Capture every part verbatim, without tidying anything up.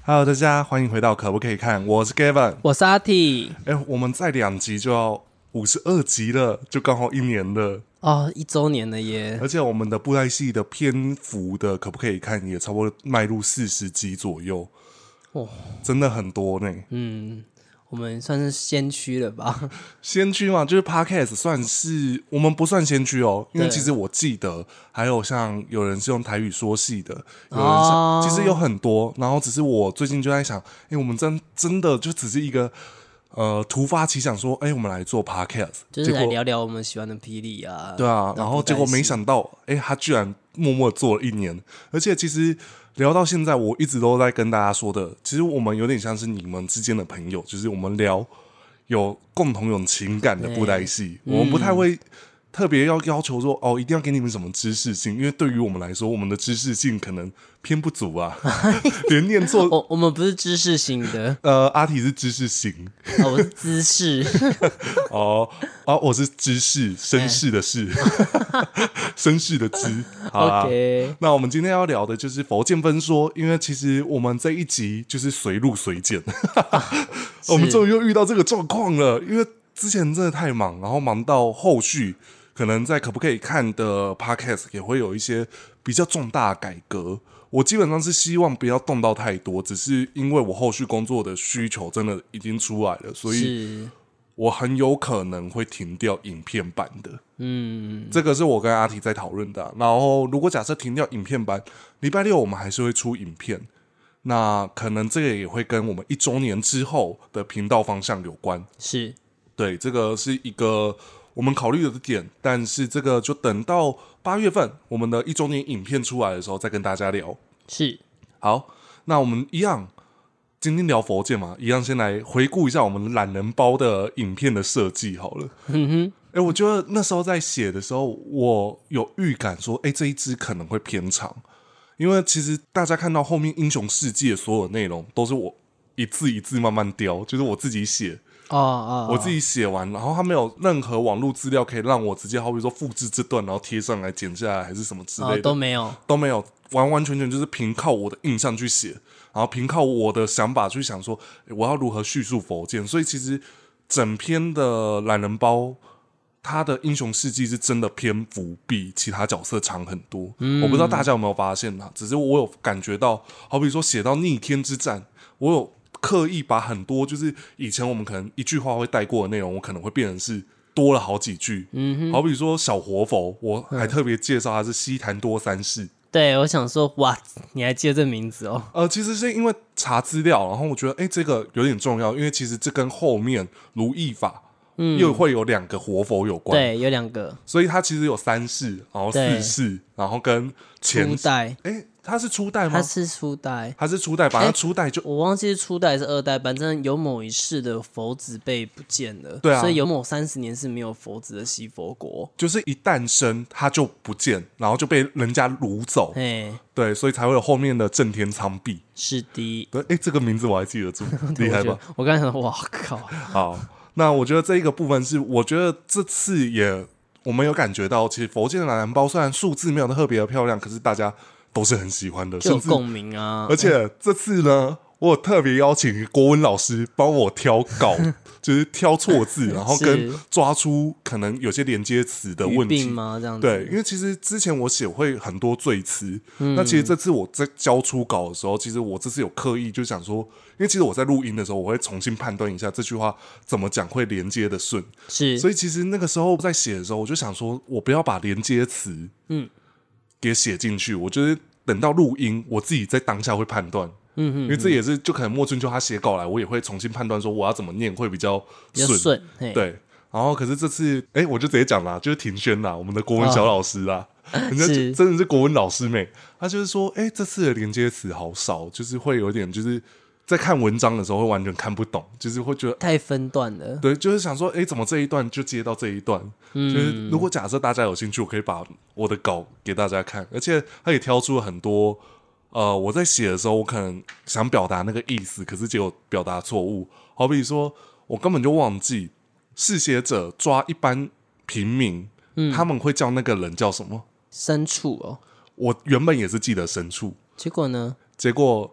Hello， 大家欢迎回到可不可以看？我是 Gavin， 我是阿 T。 哎，我们再两集就要五十二集了，就刚好一年了哦，一周年了耶！ 而且我们的布袋戏的篇幅的可不可以看也差不多迈入四十集左右，哦，真的很多呢。 嗯，我们算是先驱了吧？ 先驱嘛，就是 Podcast 算是我们不算先驱哦，因为其实我记得还有像有人是用台语说戏的，有人是、哦、其实有很多，然后只是我最近就在想，哎，我们真真的就只是一个呃突发奇想说，哎，我们来做 Podcast， 就是来聊聊我们喜欢的霹雳啊， 对啊，然后结果没想到，哎，他居然默默做了一年，而且其实聊到现在，我一直都在跟大家说的，其实我们有点像是你们之间的朋友，就是我们聊有共同有情感的布袋戏，我们不太会特别要要求说哦，一定要给你们什么知识性，因为对于我们来说，我们的知识性可能偏不足啊，连念错。 我我们不是知识型的， 呃，阿体是知识型， 哦、我是姿势， 哦哦，我是知识，绅士的士，绅士的知。好啦 ，OK， 那我们今天要聊的就是佛剑分说，因为其实我们这一集就是随录随剪，我们终于又遇到这个状况了，因为之前真的太忙，然后忙到后续可能在可不可以看的 podcast 也会有一些比较重大的改革。我基本上是希望不要动到太多，只是因为我后续工作的需求真的已经出来了，所以我很有可能会停掉影片版的。嗯，这个是我跟阿提在讨论的、啊。然后如果假设停掉影片版，礼拜六我们还是会出影片。那可能这个也会跟我们一周年之后的频道方向有关。 是， 对，这个是一个我们考虑的点，但是这个就等到八月份我们的一周年影片出来的时候再跟大家聊。 是， 好，那我们一样今天聊佛剑嘛，一样先来回顾一下我们懒人包的影片的设计好了。嗯哼，哎，我觉得那时候在写的时候，我有预感说，哎，这一支可能会偏长，因为其实大家看到后面英雄世界所有内容都是我一字一字慢慢雕，就是我自己写。 哦哦， 我自己写完，然后他没有任何网络资料可以让我直接，好比说复制这段，然后贴上来、剪下来，还是什么之类的， 哦、都没有， 都没有，完完全全就是凭靠我的印象去写，然后凭靠我的想法去想说，我要如何叙述佛剑。所以其实整篇的懒人包，他的英雄事迹是真的篇幅比其他角色长很多。嗯、我不知道大家有没有发现啊？只是我有感觉到，好比说写到逆天之战，我有刻意把很多就是以前我们可能一句话会带过的内容，我可能会变成是多了好几句。嗯哼，好比说小活佛，我还特别介绍他是西坛多三世。 对，我想说，哇，你还记得这名字哦？ 呃，其实是因为查资料，然后我觉得，哎，这个有点重要，因为其实这跟后面如意法。嗯，又会有两个活佛有关， 对，有两个， 所以它其实有三世，然后四世，然后跟前初代， 哎，它是初代吗？ 它是初代， 它是初代，反正初代就我忘记是初代还是二代，反正有某一世的佛子被不见了， 对啊， 所以有某三十年是没有佛子的西佛国， 就是一诞生它就不见，然后就被人家掳走，哎，对，所以才会有后面的震天苍壁。 是的， 对，哎，这个名字我还记得住，厉害吧？ 我刚才想，哇靠， 好。那我觉得这一个部分是，我觉得这次也我们有感觉到，其实佛剑的懒人包虽然数字没有特别的漂亮，可是大家都是很喜欢的， 就有共鸣啊。 而且这次呢，我有特别邀请国文老师帮我挑稿，就是挑错字，然后跟抓出可能有些连接词的问题吗？这样子。 对，因为其实之前我写会很多赘词，嗯、那其实这次我在交出稿的时候，其实我这次有刻意就想说，因为其实我在录音的时候，我会重新判断一下这句话怎么讲会连接的顺， 是， 所以其实那个时候在写的时候，我就想说我不要把连接词嗯给写进去，我就是等到录音，我自己在当下会判断。嗯哼嗯哼，因为这也是就可能莫春秋他写稿来，我也会重新判断说我要怎么念会比较顺，对。然后可是这次，哎，我就直接讲啦，就是庭轩啦，我们的国文小老师啦，哦、人家真的是国文老师妹，他就是说，哎，这次的连接词好少，就是会有点就是在看文章的时候会完全看不懂，就是会觉得太分段了。 对，就是想说，哎，怎么这一段就接到这一段？嗯，就是如果假设大家有兴趣，我可以把我的稿给大家看，而且他也挑出了很多。呃，我在写的时候，我可能想表达那个意思，可是结果表达错误。好比说，我根本就忘记嗜血者抓一般平民，嗯、他们会叫那个人叫什么？ 牲畜哦。 我原本也是记得牲畜， 结果呢？ 结果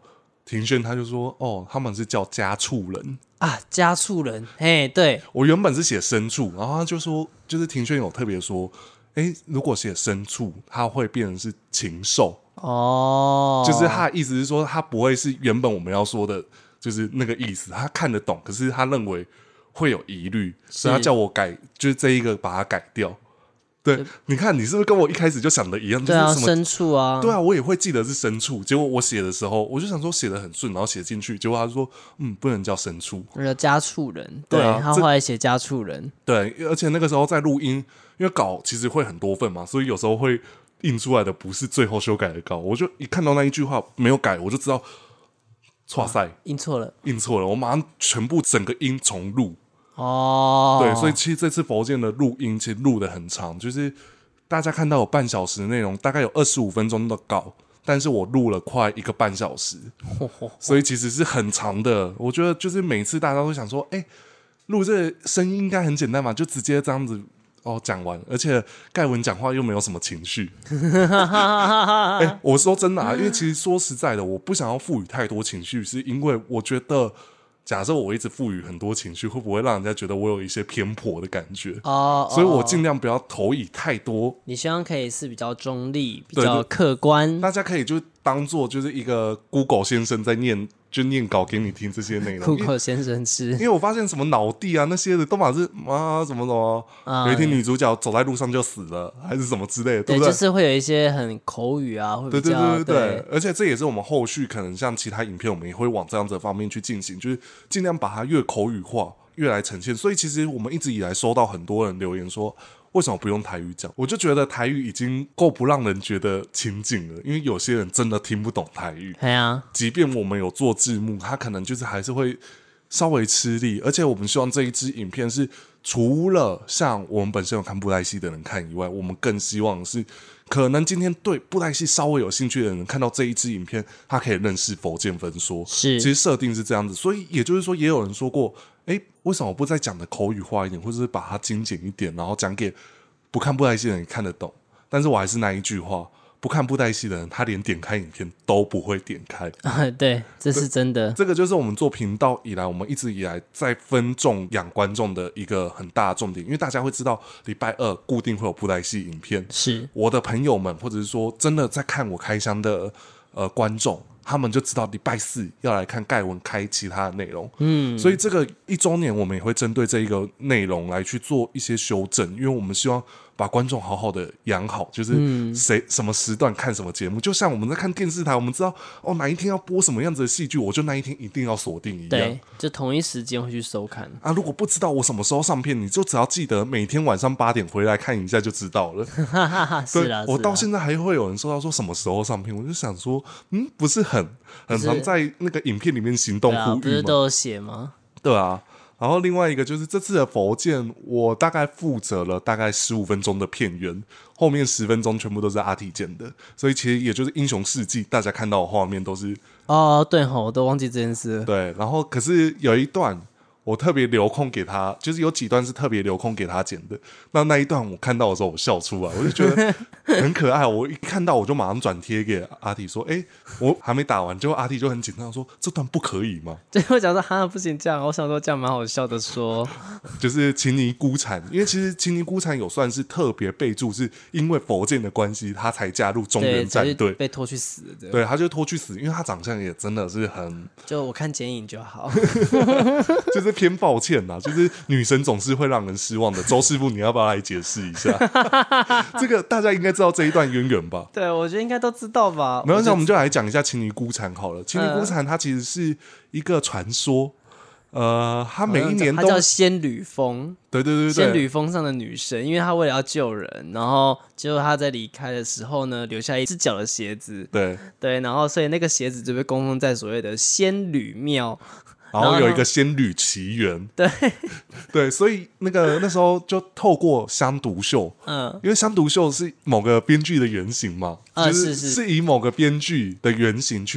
庭轩他就说哦，他们是叫家畜人啊，家畜人，嘿，对， 我原本是写牲畜，然后他就说，就是庭轩有特别说，哎，如果写牲畜，它会变成是禽兽哦， 就是他的意思是说，他不会是原本我们要说的，就是那个意思，他看得懂，可是他认为会有疑虑，所以他叫我改，就是这一个把它改掉。对，你看你是不是跟我一开始就想的一样？ 对啊， 就是什么牲畜啊， 对啊，我也会记得是牲畜。结果我写的时候，我就想说写的很顺，然后写进去，结果他说嗯，不能叫牲畜， 那叫家畜人。对， 对啊他后来写家畜人。 对，而且那个时候在录音，因为稿其实会很多份嘛，所以有时候会印出来的不是最后修改的稿。我就一看到那一句话没有改，我就知道，哇塞， 印错了， 印错了，我马上全部整个音重录。 哦， 对，所以其实这次佛剑的录音其实录的很长，就是大家看到有半小时的内容，大概有二十五分钟的稿，但是我录了快一个半小时，所以其实是很长的。我觉得就是每次大家都想说，哎、欸，录这个声音应该很简单嘛，就直接这样子哦讲完，而且盖文讲话又没有什么情绪。哎、欸，我说真的啊，因为其实说实在的，我不想要赋予太多情绪，是因为我觉得。假设我一直赋予很多情绪，会不会让人家觉得我有一些偏颇的感觉？哦，所以我尽量不要投以太多。 你希望可以是比较中立、比较客观， 大家可以就当做就是一个 Google 先生在念，就念稿给你听这些内容。 Google 先生是， 因为我发现什么脑地啊那些的都嘛是啊什么什么，啊、有一天女主角走在路上就死了，还是什么之类的，对不对？ 就是会有一些很口语啊，会比较对对对对 对, 对。 而且这也是我们后续可能像其他影片，我们也会往这样子的方面去进行，就是尽量把它越口语化，越来呈现。所以其实我们一直以来收到很多人留言说。为什么不用台语讲？我就觉得台语已经够不让人觉得亲近了，因为有些人真的听不懂台语。 对啊， 即便我们有做字幕，他可能就是还是会稍微吃力。而且我们希望这一支影片是除了像我们本身有看布袋戏的人看以外，我们更希望是可能今天对布袋戏稍微有兴趣的人看到这一支影片，他可以认识佛剑分说。 是， 其实设定是这样子，所以也就是说，也有人说过。哎，为什么不再讲的口语化一点，或者是把它精简一点，然后讲给不看布袋戏的人看得懂？但是我还是那一句话，不看布袋戏的人，他连点开影片都不会点开。 啊，对，这是真的。 这个就是我们做频道以来，我们一直以来在分众养观众的一个很大的重点，因为大家会知道礼拜二固定会有布袋戏影片， 是我的朋友们，或者是说真的在看我开箱的呃观众。他们就知道礼拜四要来看盖文开其他的内容，嗯，所以这个一周年我们也会针对这一个内容来去做一些修正，因为我们希望把观众好好的养好，就是谁什么时段看什么节目，就像我们在看电视台，我们知道哦哪一天要播什么样子的戏剧，我就那一天一定要锁定一样， 对，就同一时间会去收看啊。如果不知道我什么时候上片，你就只要记得每天晚上八点回来看一下就知道了。 是啦， 我到现在还会有人收到说什么时候上片，我就想说，嗯，不是很很常在那个影片里面行动呼吁吗？ 不是都有写吗？ 对啊。然后另外一个就是这次的佛剑，我大概负责了大概十五分钟的片源，后面十分钟全部都是阿体剪的，所以其实也就是英雄事迹，大家看到的画面都是哦，对吼，我都忘记这件事了。 对，然后可是有一段我特别留空给他，就是有几段是特别留空给他剪的。那那一段我看到的时候，我笑出来，我就觉得很可爱。我一看到我就马上转贴给阿弟说：“哎、欸，我还没打完。”结果阿弟就很紧张说：“这段不可以吗？” 对，我讲说哈不行这样，我想说这样蛮好笑的说， 就是情尼孤产，因为其实情尼孤产有算是特别备注，是因为佛剑的关系，他才加入中原战队， 被拖去死的。 对，他就拖去死，因为他长相也真的是很， 就我看剪影就好， 就是。偏抱歉啦，就是女神总是会让人失望的。周师傅，你要不要来解释一下？这个大家应该知道这一段渊源吧？ 对，我觉得应该都知道吧。 没关系，我们就来讲一下情尼孤产好了。情尼孤产它其实是一个传说，呃，它每一年都它叫仙女峰， 对对对对， 仙女峰上的女神，因为她为了要救人，然后结果她在离开的时候呢，留下一只脚的鞋子， 对对，然后所以那个鞋子就被供奉在所谓的仙女庙。 然后有一个仙女奇缘， 对对，所以那个那时候就透过香毒秀，嗯，因为香毒秀是某个编剧的原型嘛， 啊、 就是是是是以某个编剧的原型去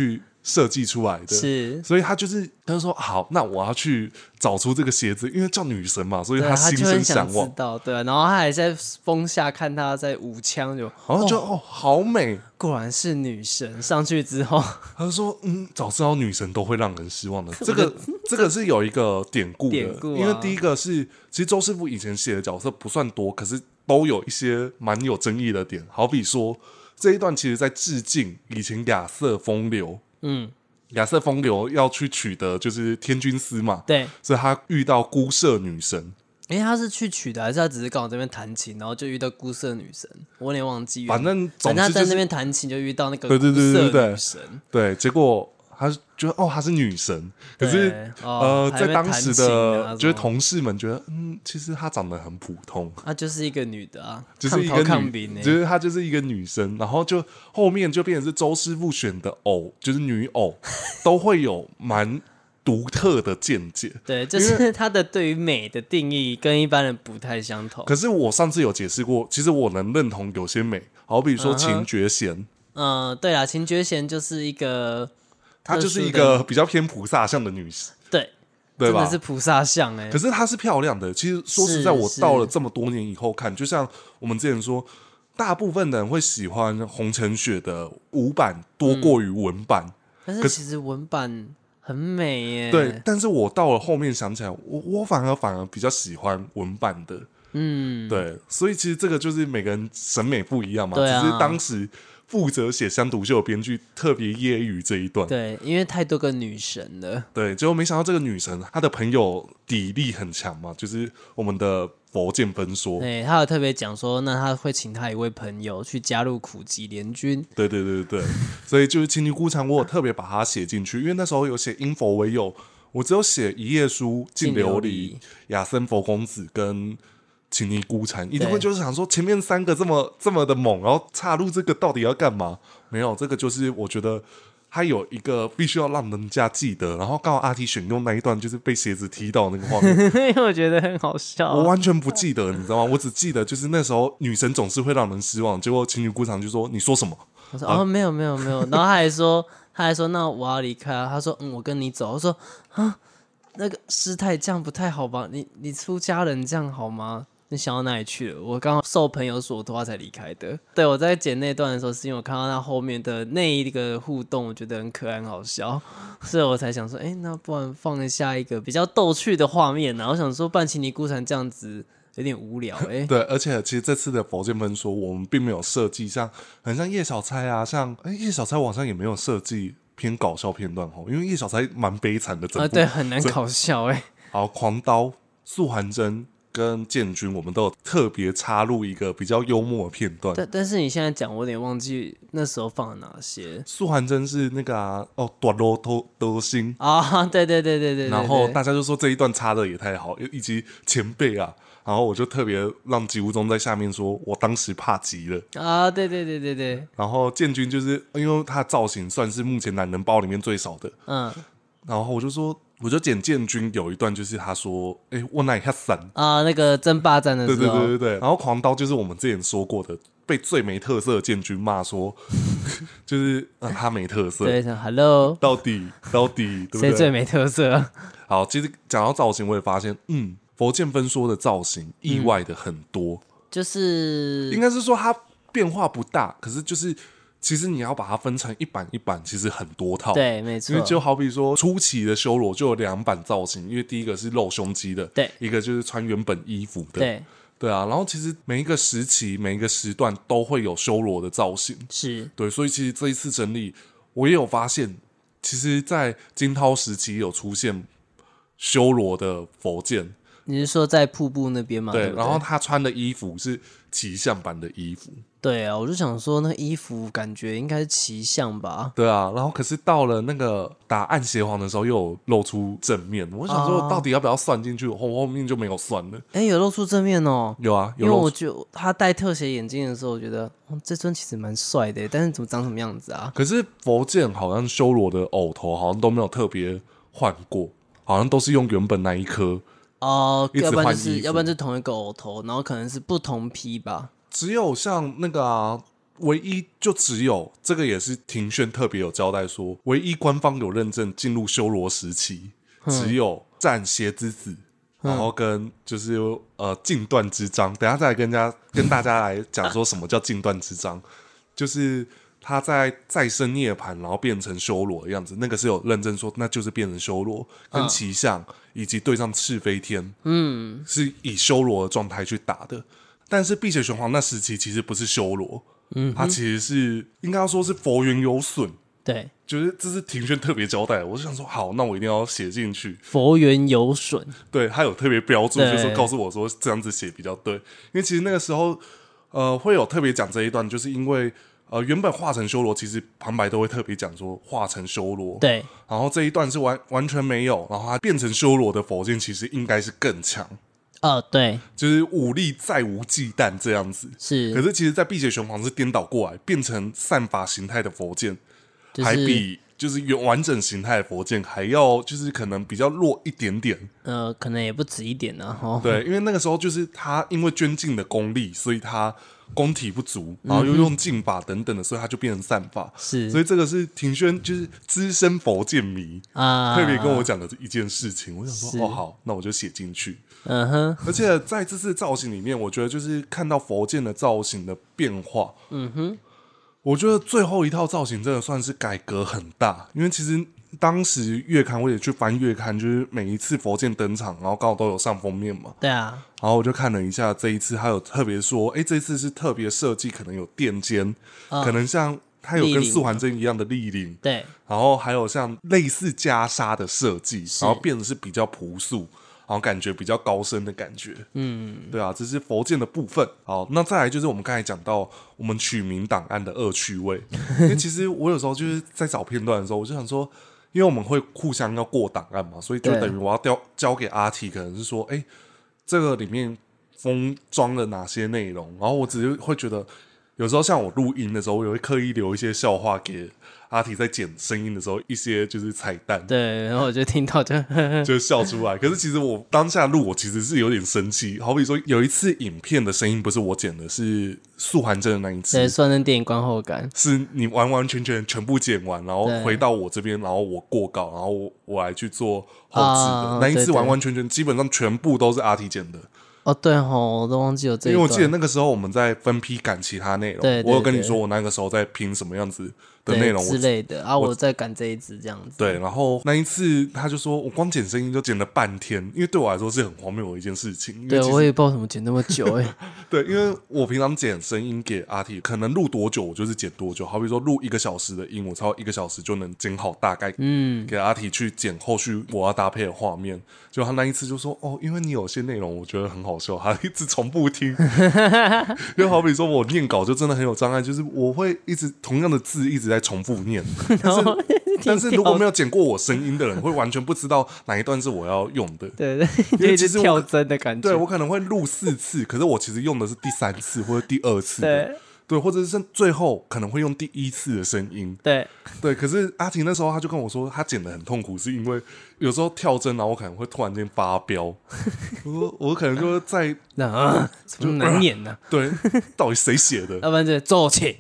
设计出来的， 是， 所以他就是他就说好，那我要去找出这个鞋子，因为叫女神嘛，所以他心生向往。 知道，对、啊，然后他还在风下看他在舞枪，就然后就 哦, 哦好美， 果然是女神。上去之后， 他就说嗯，早知道女神都会让人失望的。这个这个是有一个典故的， 典故啊、 因为第一个是其实周师傅以前写的角色不算多，可是都有一些蛮有争议的点，好比说这一段其实在致敬以前亚瑟风流。嗯，亚瑟风流要去取得就是天君丝嘛， 对， 所以他遇到孤舍女神。 哎、欸，他是去取的，还是他只是刚好这边弹琴，然后就遇到孤舍女神？我有点忘记。 反正总之、就是、 反正他在那边弹琴就遇到那个孤舍女神，对对对对对， 对，结果他觉得哦，她是女神，可是、 哦、 呃，在当时的啊、 就是同事们觉得，嗯，其实她长得很普通， 她、啊、就是一个女的啊， 就是一个女， 女就是她就是一个女生，然后就后面就变成是周师傅选的偶，就是女偶，都会有蛮独特的见解。 对，就是她的对于美的定义跟一般人不太相同。 可是我上次有解释过，其实我能认同有些美，好比说秦觉贤。 嗯、呃，对啦，秦觉贤就是一个。 她就是一个比较偏菩萨像的女士， 对， 对吧？ 真的是菩萨像哎、欸。 可是她是漂亮的。其实说实在，我到了这么多年以后看，就像我们之前说，大部分人会喜欢洪承雪的舞版多过于文版、嗯， 但是其实文版很美耶。 对，但是我到了后面想起来，我我反而反而比较喜欢文版的。嗯，对，所以其实这个就是每个人审美不一样嘛。 对啊、 只是当时负责写《乡土秀》的编剧特别揶揄这一段， 对，因为太多个女神了。 对，结果没想到这个女神她的朋友砥砺很强嘛，就是我们的佛剑分说， 对，他有特别讲说，那他会请他一位朋友去加入苦吉联军。 对对对对对，所以就是青泥姑长，我有特别把它写进去，因为那时候有写因佛为友，我只有写一页书、净琉璃、亚森佛公子跟青泥姑蝉，一定会就是想说前面三个这么这么的猛，然后插入这个到底要干嘛？没有，这个就是我觉得它有一个必须要让人家记得，然后刚好阿 T 选用那一段就是被鞋子踢到那个画面， 因为我觉得很好笑、啊， 我完全不记得，你知道吗？我只记得就是那时候女神总是会让人失望，结果青泥姑蝉就说你说什么？ 我说、啊、哦没有没有没有，然后他还说他还说那我要离开啊，他说嗯我跟你走，我说啊那个师太这样不太好吧？你你出家人这样好吗？你想到哪里去了？我刚好受朋友所托才离开的。对，我在剪那段的时候，是因为我看到他后面的那一个互动，我觉得很可爱、很好笑，所以我才想说，哎、欸，那不然放下一个比较逗趣的画面呢、啊？我想说，半青泥姑蝉这样子有点无聊、欸，哎。 对，而且其实这次的佛剑分说，我们并没有设计像很像叶小钗啊，像哎叶小钗网上也没有设计偏搞笑片段吼，因为叶小钗蛮悲惨的，整部、 啊、对，很难搞笑哎、欸。 好，狂刀、素还真跟建军，我们都有特别插入一个比较幽默的片段。 但但是你现在讲，我有点忘记那时候放了哪些。 素还真是那个啊，哦，短罗头德心啊，对对对对对对。 然后大家就说这一段插的也太好，以及前辈啊。然后我就特别让吉无中在下面说，我当时怕极了啊！对对对对对。 然后建军就是因为他的造型算是目前男人包里面最少的，嗯。然后我就说，我就剪建军有一段，就是他说：“哎、欸，我哪下散啊？”那个争霸战的时候， 对对对对对。然后狂刀就是我们之前说过的，被最没特色的建军骂说，就是、呃、他没特色。 对 ，Hello， 到底到底对不对？ 谁最没特色？ 好，其实讲到造型，我也发现，嗯，佛剑分说的造型意外的很多，嗯、 就是应该是说它变化不大，可是就是。其实你要把它分成一版一版，其实很多套。 对，没错。 因为就好比说初期的修罗就有两版造型，因为第一个是露胸肌的， 对， 一个就是穿原本衣服的， 对， 对啊。然后其实每一个时期、每一个时段都会有修罗的造型， 是对。所以其实这一次整理，我也有发现，其实，在金涛时期有出现修罗的佛剑。 你是说在瀑布那边吗？ 对， 对对， 然后他穿的衣服是骑象版的衣服。 对啊，我就想说，那个衣服感觉应该是骑象吧？ 对啊，然后可是到了那个打暗邪皇的时候，又有露出正面。我想说，到底要不要算进去？后后面就没有算了。 哎，有露出正面哦。 有啊，有因为我觉得他戴特写眼镜的时候，我觉得、哦、这尊其实蛮帅的，但是怎么长什么样子啊？ 可是佛剑好像修罗的偶头好像都没有特别换过，好像都是用原本那一颗。 哦、呃，要不然就是要不然就是同一个偶头，然后可能是不同批吧。 只有像那个啊， 唯一就只有这个，也是庭宣特别有交代说，唯一官方有认证进入修罗时期，只有战蝎之子，然后跟就是呃禁断之章。等一下再来跟大家跟大家来讲说什么叫禁断之章，就是他在再生涅槃，然后变成修罗的样子，那个是有认证说那就是变成修罗，跟骑象以及对上赤飞天，嗯，是以修罗的状态去打的。但是碧血玄黄那时期其实不是修罗。嗯，他其实是应该要说是佛缘有损， 对， 就是这是庭宣特别交代的。我就想说，好，那我一定要写进去。 佛缘有损， 对，他有特别标注，就是说告诉我说这样子写比较对。因为其实那个时候，呃，会有特别讲这一段，就是因为呃，原本化成修罗，其实旁白都会特别讲说化成修罗， 对， 然后这一段是完完全没有，然后他变成修罗的佛剑其实应该是更强。 哦，对， 就是武力再无忌惮这样子， 是。 可是其实，在碧血玄黄是颠倒过来，变成散发形态的佛剑，就是、还比就是原完整形态的佛剑还要，就是可能比较弱一点点。 呃，可能也不止一点呢、啊。哦， 对，因为那个时候就是他因为捐尽的功力，所以他功体不足，然后又用禁法等等的，所以他就变成散发。 是， 所以这个是庭宣就是资深佛剑迷啊，特别跟我讲的一件事情。我想说，哦，好，那我就写进去。嗯哼，而且在这次造型里面，我觉得就是看到佛剑的造型的变化。嗯哼，我觉得最后一套造型真的算是改革很大，因为其实当时月刊我也去翻月刊，就是每一次佛剑登场，然后刚好都有上封面嘛。 对啊， 然后我就看了一下这一次，他有特别说，哎，这一次是特别设计，可能有垫肩，哦、可能像它有跟素还真一样的立领， 对， 然后还有像类似袈裟的设计，然后变得是比较朴素。然后感觉比较高深的感觉，嗯，对啊，这是佛剑的部分。好，那再来就是我们刚才讲到我们取名档案的恶趣味，因为其实我有时候就是在找片段的时候，我就想说，因为我们会互相要过档案嘛，所以就等于我要交交给阿 T， 可能是说，哎，这个里面封装了哪些内容，然后我只是会觉得，有时候像我录音的时候，我也会刻意留一些笑话给阿提在剪声音的时候一些就是彩蛋， 对，然后我就听到就就笑出来。可是其实我当下录，我其实是有点生气。好比说有一次影片的声音不是我剪的，是素还真的那一次， 对，算成电影观后感， 是你完完全全全部剪完，然后回到我这边，然后我过稿，然后 我, 我来去做后制的、啊、那一次，完完全全基本上全部都是阿提剪的。 哦，对吼，我都忘记有这一段， 因为我记得那个时候我们在分批赶其他内容，对对对，我有跟你说我那个时候在拼什么样子的内容之类的啊，我, 我在赶这一支这样子。 对，然后那一次他就说我光剪声音就剪了半天，因为对我来说是很荒谬的一件事情。 对，我也不知道怎么剪那么久哎、欸。 对，因为我平常剪声音给阿 T， 可能录多久我就是剪多久。好比说录一个小时的音，我超一个小时就能剪好大概，嗯，给阿 T 去剪后续我要搭配的画面。就他那一次就说哦，因为你有些内容我觉得很好笑，他一直重复听。就好比说我念稿就真的很有障碍，就是我会一直同样的字一直在重复念。但是但是如果没有剪过我声音的人，会完全不知道哪一段是我要用的。 对对，因为其实跳针的感觉。 对，我可能会录四次，可是我其实用的是第三次或者第二次的。对。对，或者是最后可能会用第一次的声音。 对对，可是阿婷那时候他就跟我说，他剪得很痛苦，是因为有时候跳针，然后我可能会突然间发飙，我我可能就会在那啊，怎么难念呢、啊？ 对，到底谁写的？ 要不然就坐起。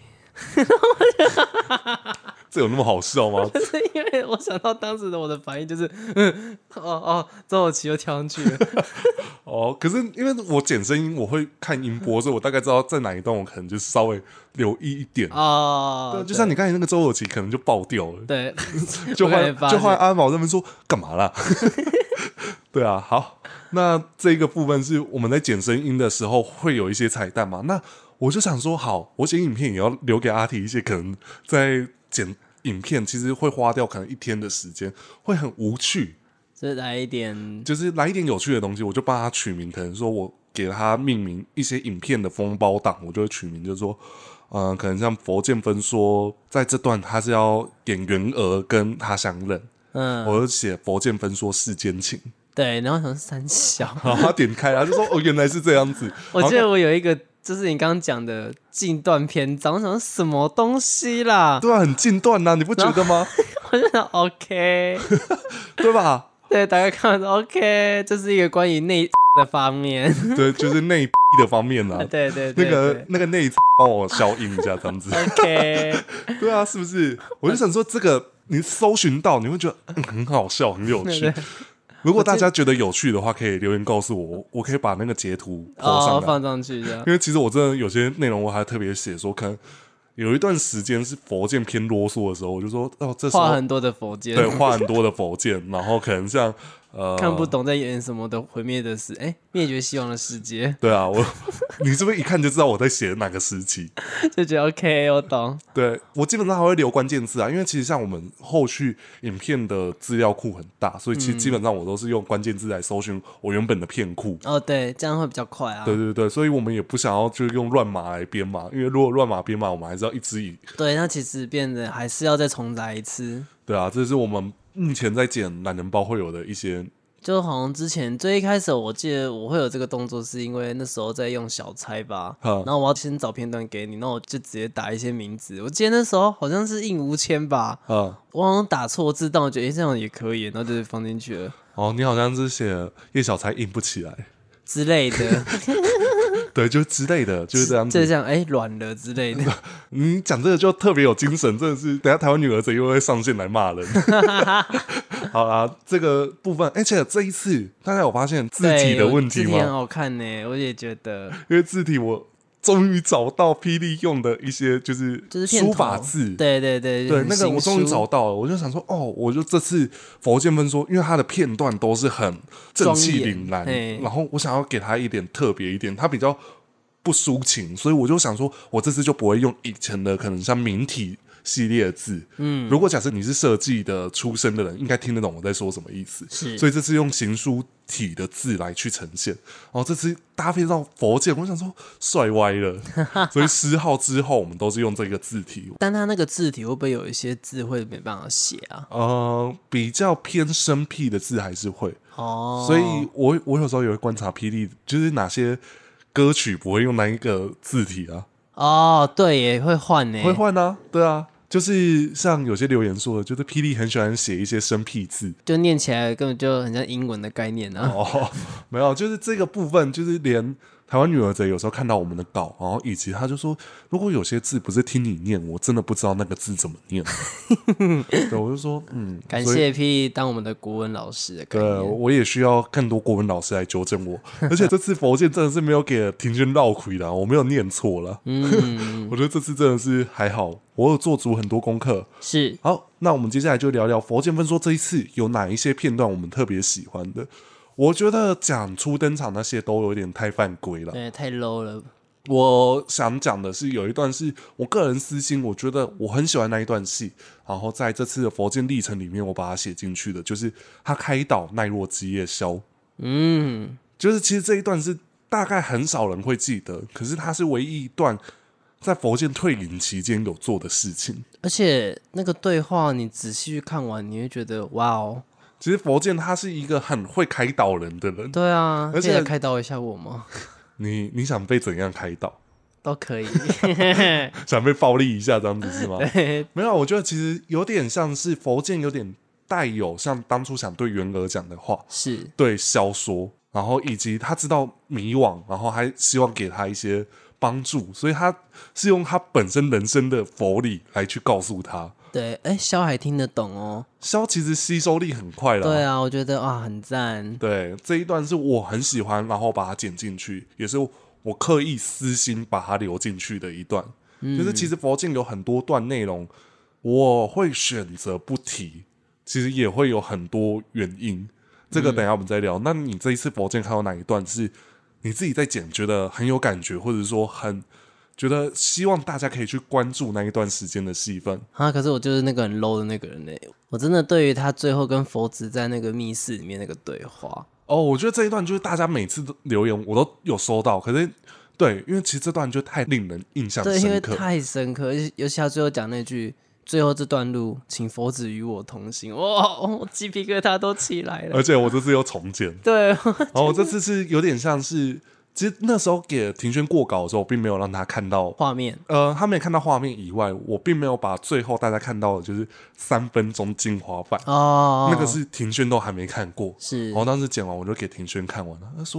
这有那么好笑吗？ 不是，因为我想到当时的我的反应就是，嗯，哦哦，周期又跳上去了。 哦，可是因为我剪声音，我会看音波，所以我大概知道在哪一段，我可能就稍微留意一点哦。对，就像你刚才那个周尔奇，可能就爆掉了。 对， 就换就换阿毛那边说干嘛啦？对啊，好，那这个部分是我们在剪声音的时候会有一些彩蛋嘛？那我就想说，好，我剪影片也要留给阿提一些可能在剪影片其实会花掉可能一天的时间，会很无趣。 就是来一点， 就是来一点有趣的东西，我就帮他取名。可能说我给他命名一些影片的封包档，我就会取名，就是说，呃，可能像佛剑分说，在这段他是要演元娥跟他相认，嗯，我就写佛剑分说世间情。 对，然后想三小， 然后他点开，他就说：“哦，原来是这样子。” 我记得我有一个，就是你刚刚讲的禁断篇章，我想说什么东西啦？ 对啊，很禁断呐，你不觉得吗？ 我就想 OK， 对吧？ 对，大家看到 OK， 这是一个关于内的方面， 对，就是内的方面啊。 对对对那个对那个内帮我消音一下，这样子。 OK， 对啊，是不是？我就想说，这个你搜寻到，你会觉得、嗯、很好笑，很有趣。 对对如果大家觉得有趣的话，可以留言告诉我，我我可以把那个截图 po 上来， 哦放上去这样。 因为其实我真的有些内容我还特别写说，可能有一段时间是佛剑偏啰嗦的时候，我就说哦，这时候画很多的佛剑， 对画很多的佛剑，然后可能像呃看不懂在演什么的毁灭的世，哎，灭绝希望的世界， 对啊，我你是不是一看就知道我在写哪个时期？ 就觉得 OK， 我懂。 对我基本上还会留关键字啊，因为其实像我们后续影片的资料库很大，所以其实基本上我都是用关键字来搜寻我原本的片库。 哦，对，这样会比较快啊。 对对对，所以我们也不想要就用乱码来编码，因为如果乱码编码，我们还是要一直以对，那其实变得还是要再重来一次。 对啊，这是我们目前在剪懒人包会有的一些。 就好像之前最一开始，我记得我会有这个动作，是因为那时候在用小差吧，然后我要先找片段给你，那我就直接打一些名字。我记得那时候好像是印无签吧， 嗯， 我好像打错字，但我觉得、欸、这样也可以，然后就放进去了。 哦，你好像是写叶小钗硬不起来之类的， 对，就之类的，就是这样子。 就这样，哎、软了之类的。 你讲这个就特别有精神，真的是，等一下台湾女儿贼又会上线来骂人。好啦，这个部分，而且这一次大家有发现字体的问题字体很吗？ 好看呢，我也觉得。 因为字体我终于找到霹雳用的一些就是就是片头书法字， 对对对对，那个我终于找到。 到了，我就想说，哦，我就这次佛剑分说，因为它的片段都是很正气凛然，然后我想要给它一点特别一点，它比较不抒情，所以我就想说，我这次就不会用以前的可能像明体系列的字。嗯，如果假设你是设计的出身的人，应该听得懂我在说什么意思。 是， 所以这次用行书体的字来去呈现。然后这次搭配到佛剑，我想说帅歪了。所以十号之后，我们都是用这个字体。 但它那个字体会不会有一些字会没办法写啊？ 呃，比较偏生僻的字还是会。 哦， 所以我我有时候也会观察霹雳，就是哪些歌曲不会用那一个字体啊？ 哦，对耶，会换呢， 会换啊，对啊，就是像有些留言说的，就是霹雳很喜欢写一些生僻字， 就念起来根本就很像英文的概念啊。 哦，没有，就是这个部分，就是连台湾女儿贼有时候看到我们的稿，然后以及他就说，如果有些字不是听你念，我真的不知道那个字怎么念。对，我就说，嗯， 感谢 P 当我们的国文老师的概对， 念。 我也需要更多国文老师来纠正我。而且这次佛剑真的是没有给庭轩绕亏啦，我没有念错了。嗯，我觉得这次真的是还好，我有做足很多功课。 是， 好，那我们接下来就聊聊佛剑分说这一次有哪一些片段我们特别喜欢的。我觉得讲初登场那些都有点太犯规了， 对，太 low 了。 我想讲的是有一段是我个人私心，我觉得我很喜欢那一段戏，然后在这次的佛剑历程里面，我把它写进去的，就是他开导奈落之夜宵。 嗯， 就是其实这一段是大概很少人会记得，可是它是唯一一段在佛剑退隐期间有做的事情。 而且那个对话你仔细去看完，你会觉得哇哦。 其实佛剑他是一个很会开导人的人， 对啊， 而且可以来开导一下我吗？ 你你想被怎样开导？ 都可以， 想被暴力一下这样子是吗？ 对， 没有，我觉得其实有点像是佛剑，有点带有像当初想对元儿讲的话， 是对萧说，然后以及他知道迷惘，然后还希望给他一些帮助，所以他是用他本身人生的佛理来去告诉他。 对，哎，萧还听得懂哦。 萧其实吸收力很快了， 对啊，我觉得啊很赞。 对，这一段是我很喜欢，然后把它剪进去，也是我刻意私心把它留进去的一段。嗯、就是其实佛经有很多段内容，我会选择不提，其实也会有很多原因。这个等一下我们再聊。嗯、那你这一次佛经看到哪一段是你自己在剪觉得很有感觉，或者说很觉得希望大家可以去关注那一段时间的戏份啊？可是我就是那个很 low 的那个人嘞，我真的对于他最后跟佛子在那个密室里面那个对话， 哦，我觉得这一段就是大家每次都留言我都有收到，可是对，因为其实这段就太令人印象深刻， 对，因为太深刻，尤其他最后讲那句。最后这段路，请佛子与我同行。哇，我鸡皮疙瘩都起来了。 而且我这次又重剪， 对， 然后我这次是有点像是，其实那时候给庭轩过稿的时候，我并没有让他看到画面。 呃，他没看到画面以外，我并没有把最后大家看到的就是三分钟精华版哦， 那个是庭轩都还没看过。 是， 然后当时剪完，我就给庭轩看完了，他说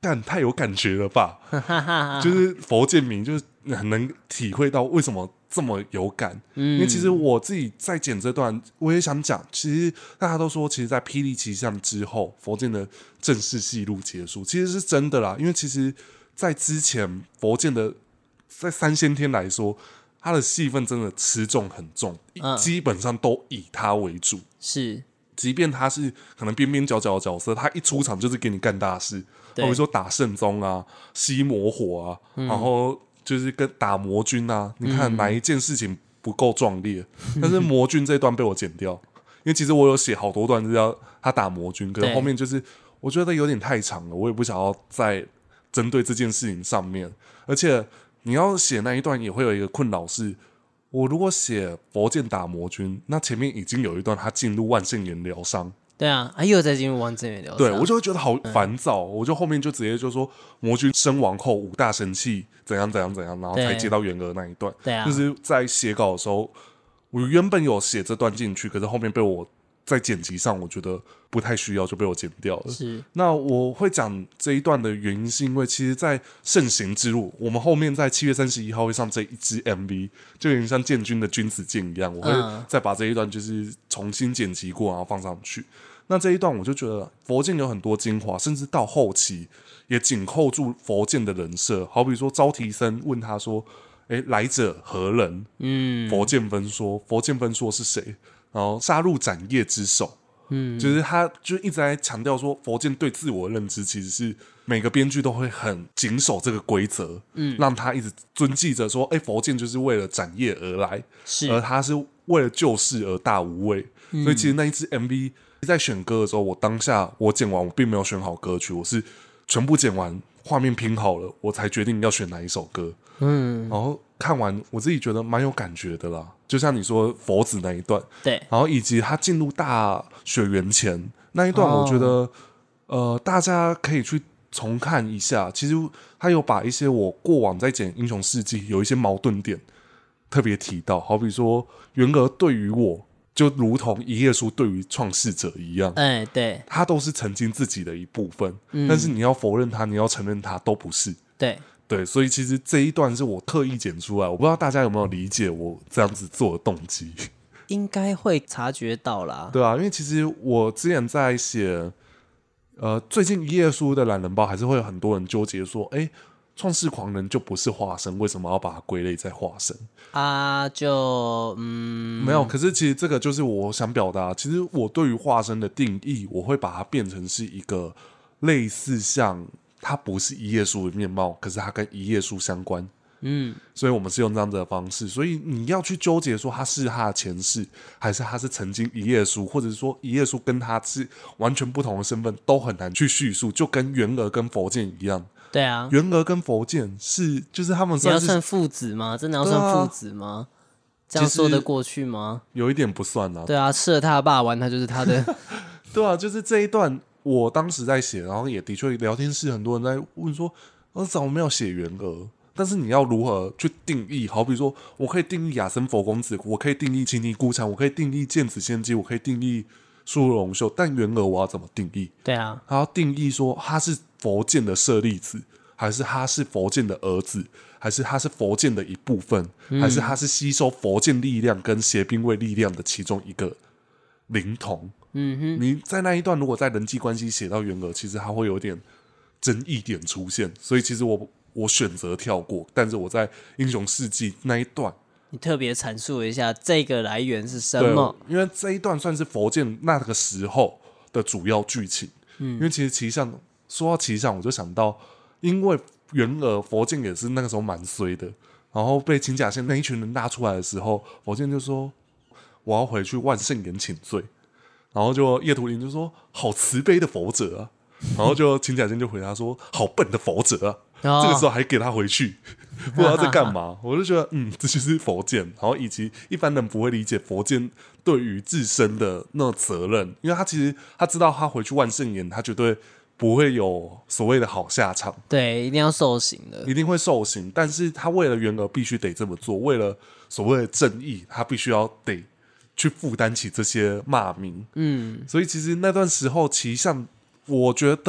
干太有感觉了吧，就是佛剑迷就是很能体会到为什么这么有感。嗯，因为其实我自己在剪这段，我也想讲，其实大家都说，其实，在霹雳奇象之后，佛剑的正式戏路结束，其实是真的啦。因为其实，在之前佛剑的在三先天来说，他的戏份真的吃重很重，嗯、基本上都以他为主。 是。即便他是可能边边角角的角色，他一出场就是给你干大事，比如说打圣宗啊、吸魔火啊、嗯，然后就是跟打魔君啊。你看哪一件事情不够壮烈？嗯、但是魔君这一段被我剪掉，因为其实我有写好多段是要他打魔君，可是后面就是我觉得有点太长了，我也不想要再针对这件事情上面。而且你要写那一段也会有一个困扰是。我如果写佛剑打魔君，那前面已经有一段他进入万圣岩疗伤， 对啊，啊又在进入万圣岩疗伤， 对我就会觉得好烦躁、嗯，我就后面就直接就说魔君身亡后五大神器怎样怎样怎样，然后才接到元娥那一段， 对啊， 就是在写稿的时候，我原本有写这段进去，可是后面被我在剪辑上我觉得不太需要，就被我剪掉了。 是， 那我会讲这一段的原因是因为其实在圣行之路，我们后面在七月三十一号会上这一支 M V， 就有点像建军的君子剑一样，我会再把这一段就是重新剪辑过然后放上去。那这一段我就觉得佛剑有很多精华，甚至到后期也紧扣住佛剑的人设，好比说招提僧问他说诶来者何人，嗯，佛剑分说佛剑分说是谁，然后杀入斩业之首，嗯，就是他就一直在强调说佛剑对自我的认知其实是每个编剧都会很谨守这个规则，嗯，让他一直遵记着说哎，佛剑就是为了斩业而来，是，而他是为了救世而大无畏、嗯、所以其实那一支 M V 在选歌的时候，我当下我剪完我并没有选好歌曲，我是全部剪完画面拼好了我才决定要选哪一首歌，嗯，然后看完我自己觉得蛮有感觉的啦，就像你说佛子那一段， 对， 然后以及他进入大雪原前那一段，我觉得、哦、呃大家可以去重看一下，其实他有把一些我过往在剪英雄事迹有一些矛盾点特别提到，好比说元娥对于我就如同一页书对于创世者一样， 哎，对， 他都是曾经自己的一部分、嗯、但是你要否认他，你要承认他都不是， 对对，所以其实这一段是我特意剪出来，我不知道大家有没有理解我这样子做的动机， 应该会察觉到啦， 对啊，因为其实我之前在写呃最近一页书的懒人包，还是会有很多人纠结说哎，创世狂人就不是化身，为什么要把它归类在化身啊？就嗯， 没有。可是其实这个就是我想表达，其实我对于化身的定义，我会把它变成是一个类似像它不是一页书的面貌，可是它跟一页书相关。嗯，所以我们是用这样子的方式，所以你要去纠结说他是他的前世，还是他是曾经一页书，或者是说一页书跟他是完全不同的身份，都很难去叙述，就跟元娥跟佛剑一样。 对啊， 元娥跟佛剑是就是他们算是你要算父子吗？真的要算父子吗？这样说得过去吗？ 有一点不算啊。 对啊，吃了他的霸王，他就是他的。 对啊，就是这一段我当时在写，然后也的确聊天室很多人在问说，我怎么没有写元娥？但是你要如何去定义？好比说，我可以定义亚森佛公子，我可以定义青尼姑产，我可以定义剑子仙姬，我可以定义苏荣秀，但元娥我要怎么定义？ 对啊， 他要定义说他是佛剑的舍利子，还是他是佛剑的儿子，还是他是佛剑的一部分、嗯、还是他是吸收佛剑力量跟邪兵卫力量的其中一个灵童。嗯哼，你在那一段如果在人际关系写到元娥，其实他会有点争议点出现，所以其实我我选择跳过，但是我在英雄事迹那一段你特别阐述一下这个来源是什么， 因为这一段算是佛剑那个时候的主要剧情、嗯、因为其实奇象说到奇象我就想到，因为元娥佛剑也是那个时候蛮衰的，然后被秦假仙那一群人拉出来的时候，佛剑就说我要回去万圣岩请罪，然后就叶图灵就说好慈悲的佛者啊，然后就秦假仙就回答说好笨的佛者啊，哦、这个时候还给他回去不知道在干嘛我就觉得嗯，这就是佛剑，然后以及一般人不会理解佛剑对于自身的那责任，因为他其实他知道他回去万圣岩他绝对不会有所谓的好下场， 对，一定要受刑的， 一定会受刑，但是他为了元娥必须得这么做，为了所谓的正义他必须要得去负担起这些骂名。嗯，所以其实那段时候奇象我觉得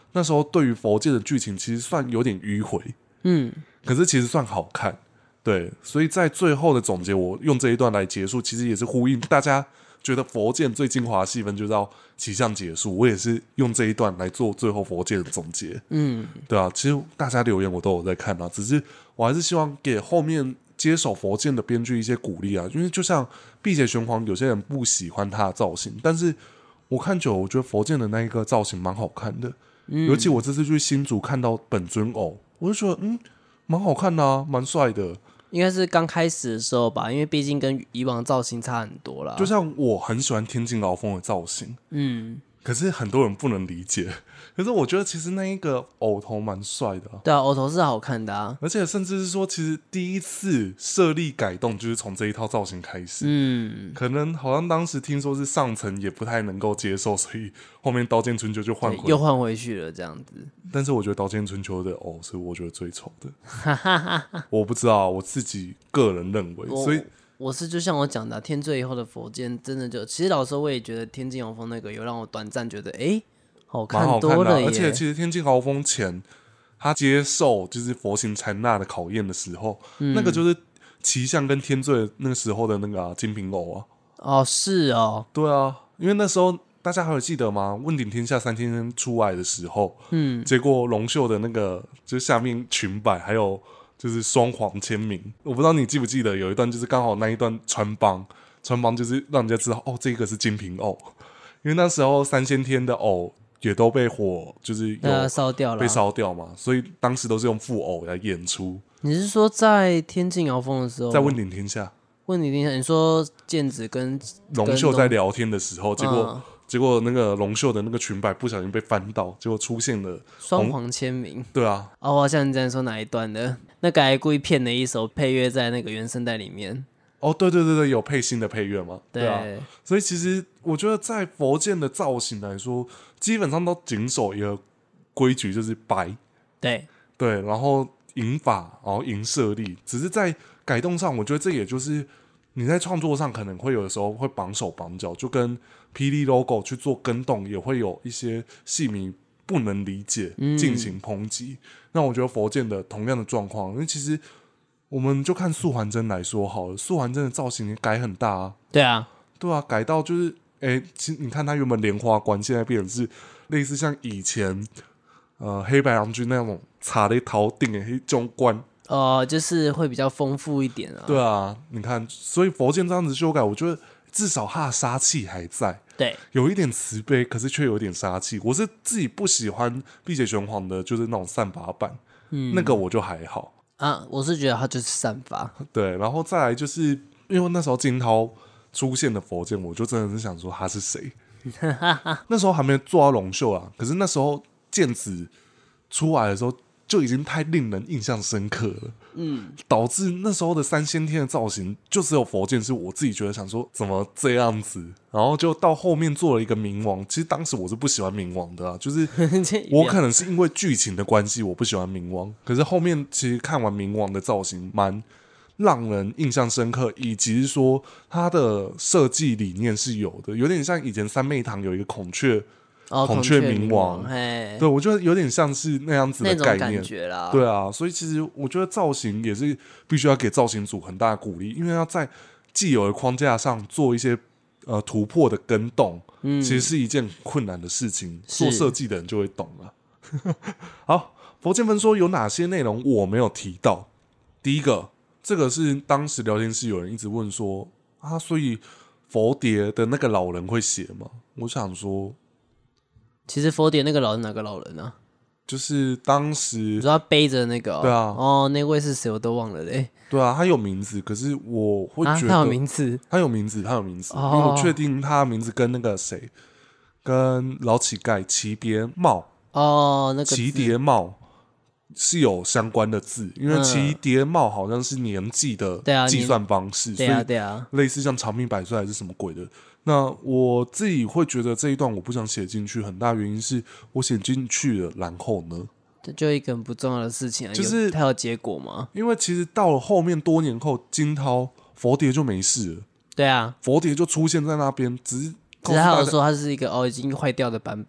那时候对于佛界的剧情其实算有点迂回， 嗯， 可是其实算好看。对，所以在最后的总结，我用这一段来结束，其实也是呼应大家觉得佛剑最精华的戏份就是要骑象结束，我也是用这一段来做最后佛剑的总结。 嗯， 对啊，其实大家留言我都有在看啊，只是我还是希望给后面接手佛剑的编剧一些鼓励啊，因为就像碧血玄黄，有些人不喜欢他的造型，但是我看久了，我觉得佛剑的那一个造型蛮好看的，嗯、尤其我这次去新竹看到本尊偶，我就觉得嗯，蛮好看的啊，蛮帅的。 应该是刚开始的时候吧，因为毕竟跟以往造型差很多啦。 就像我很喜欢天境鳌峰的造型， 嗯， 可是很多人不能理解。可是我觉得其实那一个偶头蛮帅的、啊， 对啊，偶头是好看的啊， 而且甚至是说，其实第一次设立改动就是从这一套造型开始。 嗯， 可能好像当时听说是上层也不太能够接受，所以后面刀剑春秋就换回， 又换回去了这样子。 但是我觉得刀剑春秋的偶是我觉得最丑的，我不知道我自己个人认为，所以。 我是就像我讲的、啊，天罪以后的佛剑真的就，其实老实说我也觉得天境鳌峰那个有让我短暂觉得，哎、欸，好看多了耶、 啊、而且其实天境鳌峰前他接受就是佛形禅那的考验的时候、嗯，那个就是骑象跟天罪那个时候的那个、啊、金瓶偶啊。 哦，是哦， 对啊，因为那时候大家还有记得吗？问鼎天下三天天出来的时候，嗯，结果龙秀的那个就是下面裙摆还有。就是双黄签名，我不知道你记不记得有一段，就是刚好那一段穿帮，穿帮就是让人家知道哦，这个是金瓶偶，因为那时候三先天的偶也都被火就是有烧掉了， 被烧掉嘛，所以当时都是用副偶来演出。 你是说在天境鳌峰的时候， 在问鼎天下？ 问鼎天下，你说剑子跟龙秀在聊天的时候，结果。嗯结果那个龙秀的那个裙摆不小心被翻到，结果出现了双黄签名。 对啊， 哦，我好像你在说哪一段的？那个还故意骗了一首配乐在那个原声带里面。 哦，对对对对，有配新的配乐嘛？ 对, 对啊，所以其实我觉得在佛剑的造型来说，基本上都谨守一个规矩，就是白。 对对，然后银法，然后银舍利，只是在改动上，我觉得这也就是你在创作上可能会有的时候会绑手绑脚，就跟。霹雳 logo 去做更动，也会有一些戏迷不能理解，进行抨击。那、嗯、我觉得佛剑的同样的状况，因为其实我们就看素还真来说好了，素还真的造型也改很大啊。 对啊， 对啊，改到就是，哎，其实你看他原本莲花冠，现在变成是类似像以前呃黑白郎君那种插在头顶的那种冠。 哦、呃，就是会比较丰富一点啊。 对啊，你看，所以佛剑这样子修改，我觉得至少他的杀气还在。 对， 有一点慈悲，可是却有点杀气。我是自己不喜欢碧血玄黄的，就是那种散发版，嗯，那个我就还好啊。我是觉得它就是散发， 对。然后再来就是因为那时候金涛出现的佛剑，我就真的是想说他是谁。那时候还没做到龙秀啊，可是那时候剑子出来的时候就已经太令人印象深刻了，嗯，导致那时候的三先天的造型就只有佛剑是我自己觉得想说怎么这样子，然后就到后面做了一个冥王。其实当时我是不喜欢冥王的啊，就是我可能是因为剧情的关系我不喜欢冥王，可是后面其实看完冥王的造型蛮让人印象深刻，以及是说他的设计理念是有的，有点像以前三妹堂有一个孔雀。 哦、 孔雀冥王，对，我觉得有点像是那样子的概念， 感觉啦。 对啊，所以其实我觉得造型也是必须要给造型组很大的鼓励，因为要在既有的框架上做一些呃突破的更动，嗯，其实是一件困难的事情，做设计的人就会懂了。好，佛剑分说有哪些内容我没有提到？第一个，这个是当时聊天室有人一直问说啊，所以佛蝶的那个老人会写吗？我想说。 其实佛蝶那个老人哪个老人啊？ 就是当时你知道他背着那个、哦， 对啊， 哦，那位是谁我都忘了嘞。 对啊，他有名字，可是我会觉得、 啊、他有名字， 他有名字，他有名字， 哦、 因为我确定他的名字跟那个谁，跟老乞丐齐别茂哦，那个齐蝶茂是有相关的字，因为齐蝶茂好像是年纪的计算方式， 对啊，对啊， 类似像长命百岁还是什么鬼的。那我自己会觉得这一段我不想写进去，很大原因是我写进去了，然后呢？ 这就一个很不重要的事情啊， 就是它有结果吗？ 因为其实到了后面多年后，金涛佛蝶就没事了。 对啊， 佛蝶就出现在那边，只是只是他有说它是一个哦已经坏掉的版本。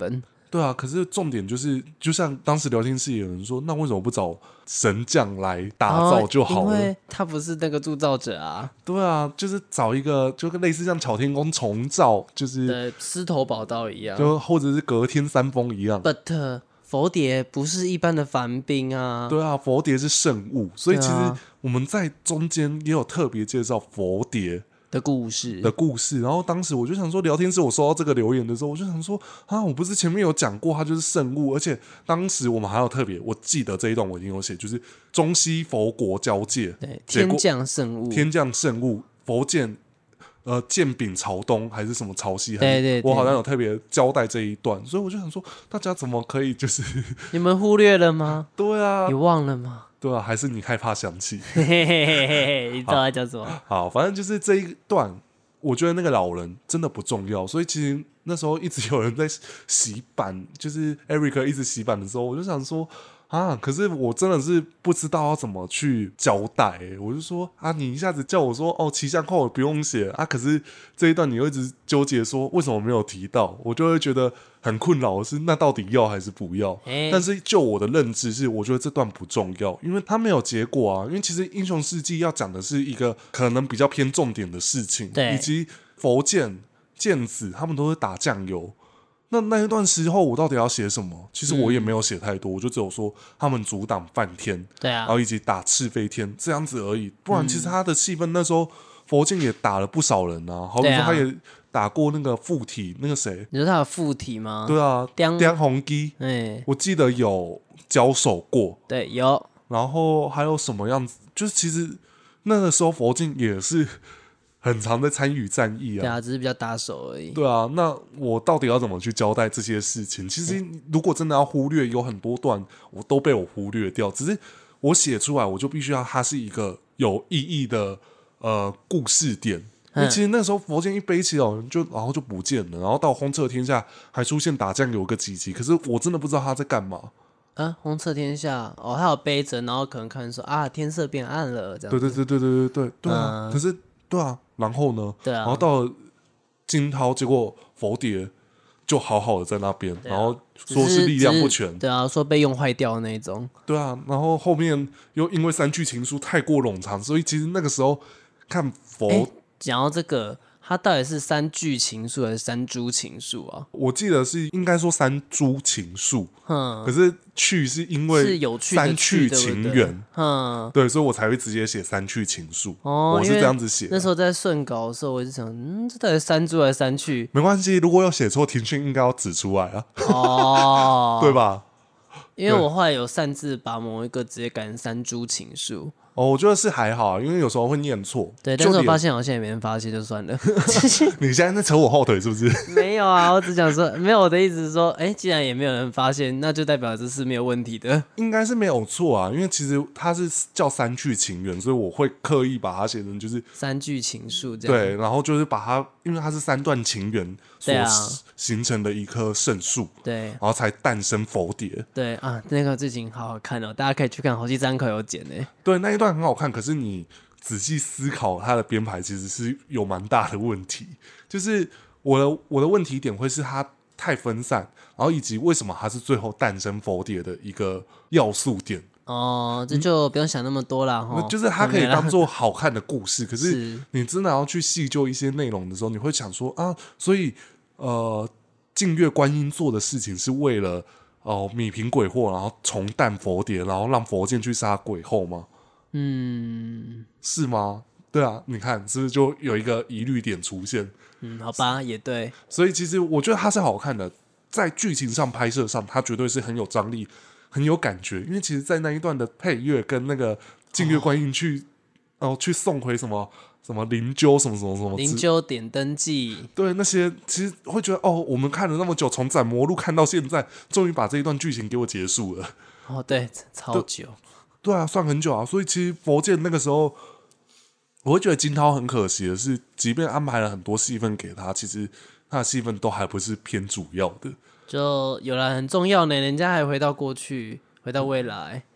对啊，可是重点就是，就像当时聊天室也有人说，那为什么不找神将来打造就好了？ 哦、因为他不是那个铸造者啊。 对啊，就是找一个，就类似像巧天宫重造，就是对狮头宝刀一样， 就或者是隔天三丰一样。 But 佛蝶不是一般的凡兵啊。 对啊，佛蝶是圣物，所以其实我们在中间也有特别介绍佛蝶的故事的故事，然后当时我就想说，聊天室我收到这个留言的时候，我就想说啊，我不是前面有讲过，它就是圣物，而且当时我们还有特别，我记得这一段我已经有写，就是中西佛国交界， 对，天降圣物， 天降圣物，佛剑呃剑柄朝东还是什么朝西， 对对对， 我好像有特别交代这一段，所以我就想说，大家怎么可以就是你们忽略了吗？ 对啊， 你忘了吗？ 对啊，还是你害怕想起？ 嘿嘿嘿嘿嘿，你知道他叫什么？ 好，反正就是这一段，我觉得那个老人真的不重要，所以其实那时候一直有人在洗版，就是 Eric 一直洗版的时候，我就想说啊，可是我真的是不知道要怎么去交代、欸，我就说啊，你一下子叫我说哦，骑象扣不用写啊，可是这一段你又一直纠结说为什么没有提到，我就会觉得很困扰的是，那到底要还是不要？欸、但是就我的认知是，我觉得这段不重要，因为它没有结果啊。因为其实英雄事迹要讲的是一个可能比较偏重点的事情，以及佛剑、剑子他们都是打酱油。那那一段时候我到底要写什么？其实我也没有写太多，嗯、我就只有说他们阻挡梵天， 对啊， 然后以及打赤飞天这样子而已。不然其实他的戏份那时候佛剑也打了不少人啊，好比说他也打过那个附体，那个谁？ 你说他有附体吗？ 对啊，刁弘基， 哎， 我记得有交手过， 对，有。 然后还有什么样子？就是其实那个时候佛剑也是很常在参与战役啊， 对啊，只是比较打手而已。 对啊，那我到底要怎么去交代这些事情？其实如果真的要忽略，有很多段我都被我忽略掉。只是我写出来，我就必须要它是一个有意义的呃故事点。因为其实那时候佛剑一背起来，就然后就不见了，然后到轰彻天下还出现打酱油个几集，可是我真的不知道他在干嘛。 啊，轰彻天下哦，他有背着，然后可能看说啊，天色变暗了，这样。 对对对对对对对对啊！嗯、可是对啊，然后呢？ 对啊， 然后到了惊涛，结果佛蝶就好好的在那边，啊、然后说是力量不全， 对啊，说被用坏掉那种。 对啊，然后后面又因为三句情书太过冗长，所以其实那个时候看佛。 讲到这个，它到底是三句情书还是三株情书啊？ 我记得是应该说三株情书， 嗯， 可是去是因为是有趣三去情缘， 嗯， 对，所以我才会直接写三去情书。 哦， 我是这样子写。 那时候在顺稿的时候，我就想，嗯，这到底三株还是三去？ 没关系，如果有写错，庭训应该要指出来啊， 哦， 对吧？ 因为我后来有擅自把某一个直接改成三株情书。 哦，我觉得是还好啊，因为有时候会念错。 对，但是我发现好像也没人发现，就算了。 你现在在扯我后腿是不是？ 没有啊，我只想说，没有，我的意思是说，哎，既然也没有人发现，那就代表这是没有问题的。 应该是没有错啊，因为其实它是叫三句情缘，所以我会刻意把它写成就是三句情书这样。 对，然后就是把它，因为它是三段情缘所形成的一棵圣树， 对， 然后才诞生佛蝶。 对啊，那个剧情好好看哦，大家可以去看，好戏三口有剪诶。 对，那一段很好看，可是你仔细思考它的编排，其实是有蛮大的问题。就是我的我的问题点会是它太分散，然后以及为什么它是最后诞生佛蝶的一个要素点。 哦，这就不用想那么多啦、 嗯、就是它可以当做好看的故事，可是你真的要去细究一些内容的时候，你会想说啊，所以呃，净月观音做的事情是为了哦弭平鬼祸，然后重诞佛蝶，然后让佛剑去杀鬼后吗？ 嗯， 是吗？对啊，你看是不是就有一个疑虑点出现？ 嗯，好吧，也对。 所以其实我觉得它是好看的，在剧情上拍摄上，它绝对是很有张力、很有感觉。因为其实，在那一段的配乐跟那个净月观音去哦、呃、去送回什么什么灵鹫什么什么什么灵鹫点灯记， 对那些其实会觉得哦，我们看了那么久，从斩魔录看到现在，终于把这一段剧情给我结束了。 哦，对，超久。 对啊，算很久啊，所以其实佛剑那个时候，我会觉得金涛很可惜的是，即便安排了很多戏份给他，其实他的戏份都还不是偏主要的。 就有人很重要呢，人家还回到过去，回到未来。 可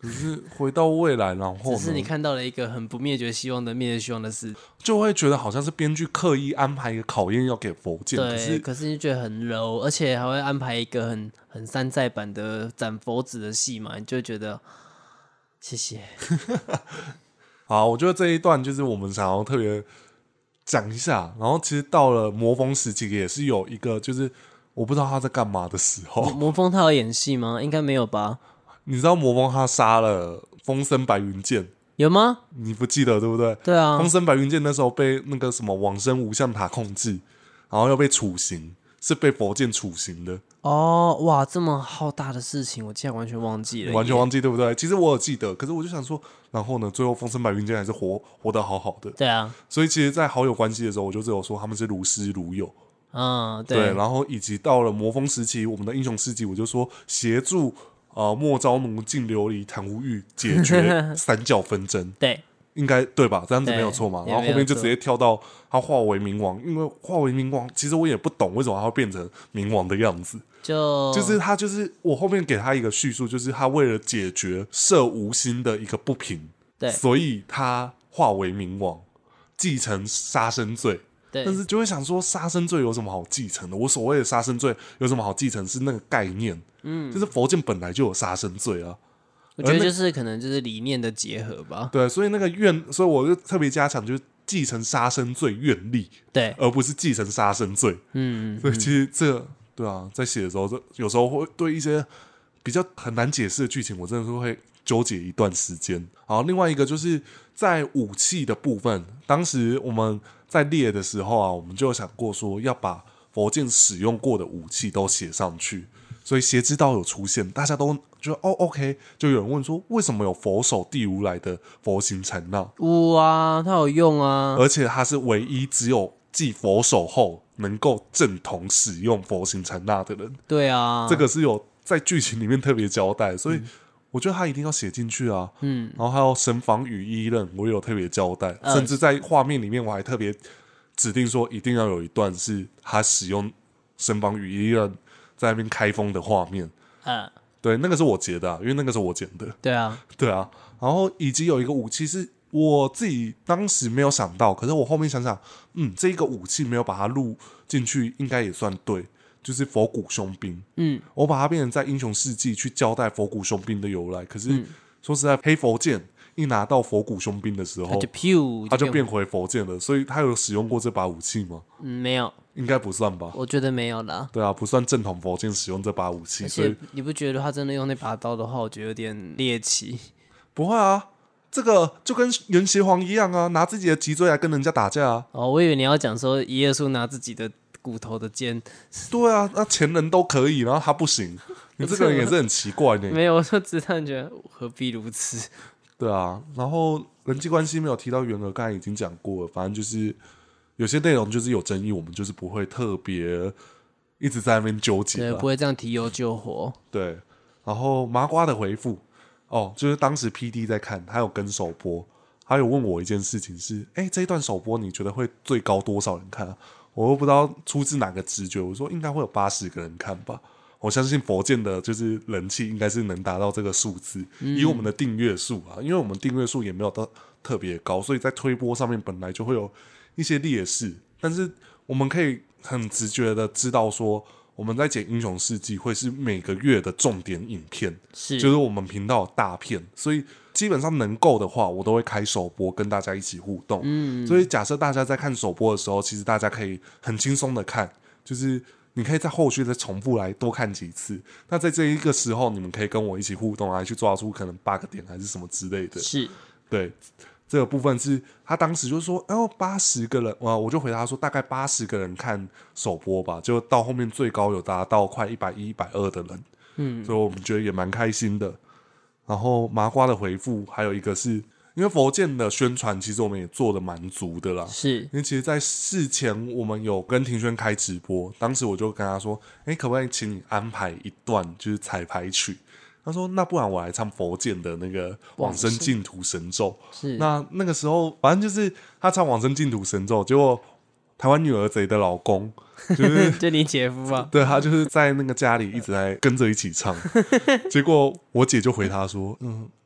只是回到未来，然后呢只是你看到了一个很不灭绝希望的灭绝希望的事， 就会觉得好像是编剧刻意安排一个考验要给佛剑，可对， 是可是你觉得很 low， 而且还会安排一个很很山寨版的斩佛子的戏嘛，你就会觉得谢谢。 好，我觉得这一段就是我们想要特别讲一下，然后其实到了魔风时期也是有一个就是我不知道他在干嘛的时候， 魔风他有演戏吗？应该没有吧？ 你知道魔风他杀了风声白云剑， 有吗？ 你不记得对不对？ 对啊， 风声白云剑那时候被那个什么往生无相塔控制，然后又被处刑，是被佛剑处刑的。 哦，哇，这么浩大的事情，我竟然完全忘记了， 完全忘记对不对？其实我有记得，可是我就想说，然后呢，最后风声白云剑还是活活得好好的。 对啊， 所以其实，在好友关系的时候，我就只有说他们是如师如友。 嗯，对， 对，然后以及到了魔风时期，我们的英雄事迹，我就说协助呃莫昭奴、净琉璃、谭无欲解决三教纷争。 对， 应该对吧？这样子没有错嘛。 对然后后面就直接跳到他化为冥王，因为化为冥王，其实我也不懂为什么他会变成冥王的样子。 就就是他就是我后面给他一个叙述，就是他为了解决摄无心的一个不平， 对， 所以他化为冥王，继承杀生罪。 对， 但是就会想说，杀生罪有什么好继承的？我所谓的杀生罪有什么好继承？是那个概念，嗯，就是佛剑本来就有杀生罪啊。 我觉得就是可能就是理念的结合吧。 对，所以那个愿，所以我就特别加强，就是继承杀生罪愿力， 对， 而不是继承杀生罪。 嗯， 所以其实这对啊，在写的时候，这有时候会对一些比较很难解释的剧情，我真的是会纠结一段时间。好，另外一个就是在武器的部分，当时我们在列的时候啊，我们就有想过说要把佛剑使用过的武器都写上去。所以邪之刀有出现，大家都觉得哦 OK， 就有人问说为什么有佛手地如来的佛形禅那？ 哇，它有用啊， 而且它是唯一只有继佛手后能够正统使用佛形禅那的人。 对啊， 这个是有在剧情里面特别交代，所以我觉得他一定要写进去啊。嗯，然后还有神防羽衣刃，我也有特别交代， 呃、 甚至在画面里面我还特别指定说一定要有一段是他使用神防羽衣刃在那边开封的画面。 嗯， 对，那个是我截的、啊，因为那个是我剪的。 对啊， 对啊，然后以及有一个武器是我自己当时没有想到，可是我后面想想，嗯，这个武器没有把它录进去，应该也算对，就是佛骨凶兵。 嗯， 我把它变成在英雄事迹去交代佛骨凶兵的由来。可是、 嗯、 说实在，黑佛剑一拿到佛骨凶兵的时候， 它就噗， 它就变回佛剑了。所以他有使用过这把武器吗？ 嗯，没有。 应该不算吧， 我觉得没有啦。 对啊，不算正统佛剑使用这把武器，所以你不觉得他真的用那把刀的话，我觉得有点猎奇。 不会啊，这个就跟元邪皇一样啊，拿自己的脊椎来跟人家打架啊。 哦，我以为你要讲说一页书拿自己的骨头的剑。 对啊，那前人都可以，然后他不行，你这个人也是很奇怪呢。 没有，我说只是觉得何必如此？ 对啊，然后人际关系没有提到元娥，刚才已经讲过了，反正就是。有些内容就是有争议，我们就是不会特别一直在那边纠结， 对，不会这样提油救火。 对，然后麻瓜的回复，哦，就是当时 P D 在看，他有跟首播，他有问我一件事情是，哎，这一段首播你觉得会最高多少人看啊？我又不知道出自哪个直觉，我说应该会有八十个人看吧。我相信佛剑的就是人气应该是能达到这个数字，嗯、以我们的订阅数啊，因为我们订阅数也没有到特别高，所以在推播上面本来就会有一些劣势，但是我们可以很直觉的知道说，我们在剪英雄事迹会是每个月的重点影片， 是就是我们频道的大片，所以基本上能够的话，我都会开首播跟大家一起互动。嗯，所以假设大家在看首播的时候，其实大家可以很轻松的看，就是你可以在后续再重复来多看几次。那在这一个时候，你们可以跟我一起互动，来去抓出可能八个点还是什么之类的。 是， 对。这个部分是他当时就说，哦，八十个人，啊，我就回答说大概八十个人看首播吧，就到后面最高有达到快一百一、一百二的人，嗯，所以我们觉得也蛮开心的。然后麻瓜的回复还有一个是，因为佛剑的宣传其实我们也做的蛮足的啦， 是因为其实在事前我们有跟庭轩开直播，当时我就跟他说，哎，可不可以请你安排一段就是彩排曲？他说：“那不然我来唱佛剑的那个往生净土神咒。” 是那那个时候，反正就是他唱往生净土神咒，结果台湾女儿贼的老公就是就你姐夫啊， 对他就是在那个家里一直在跟着一起唱，结果我姐就回他说：“嗯，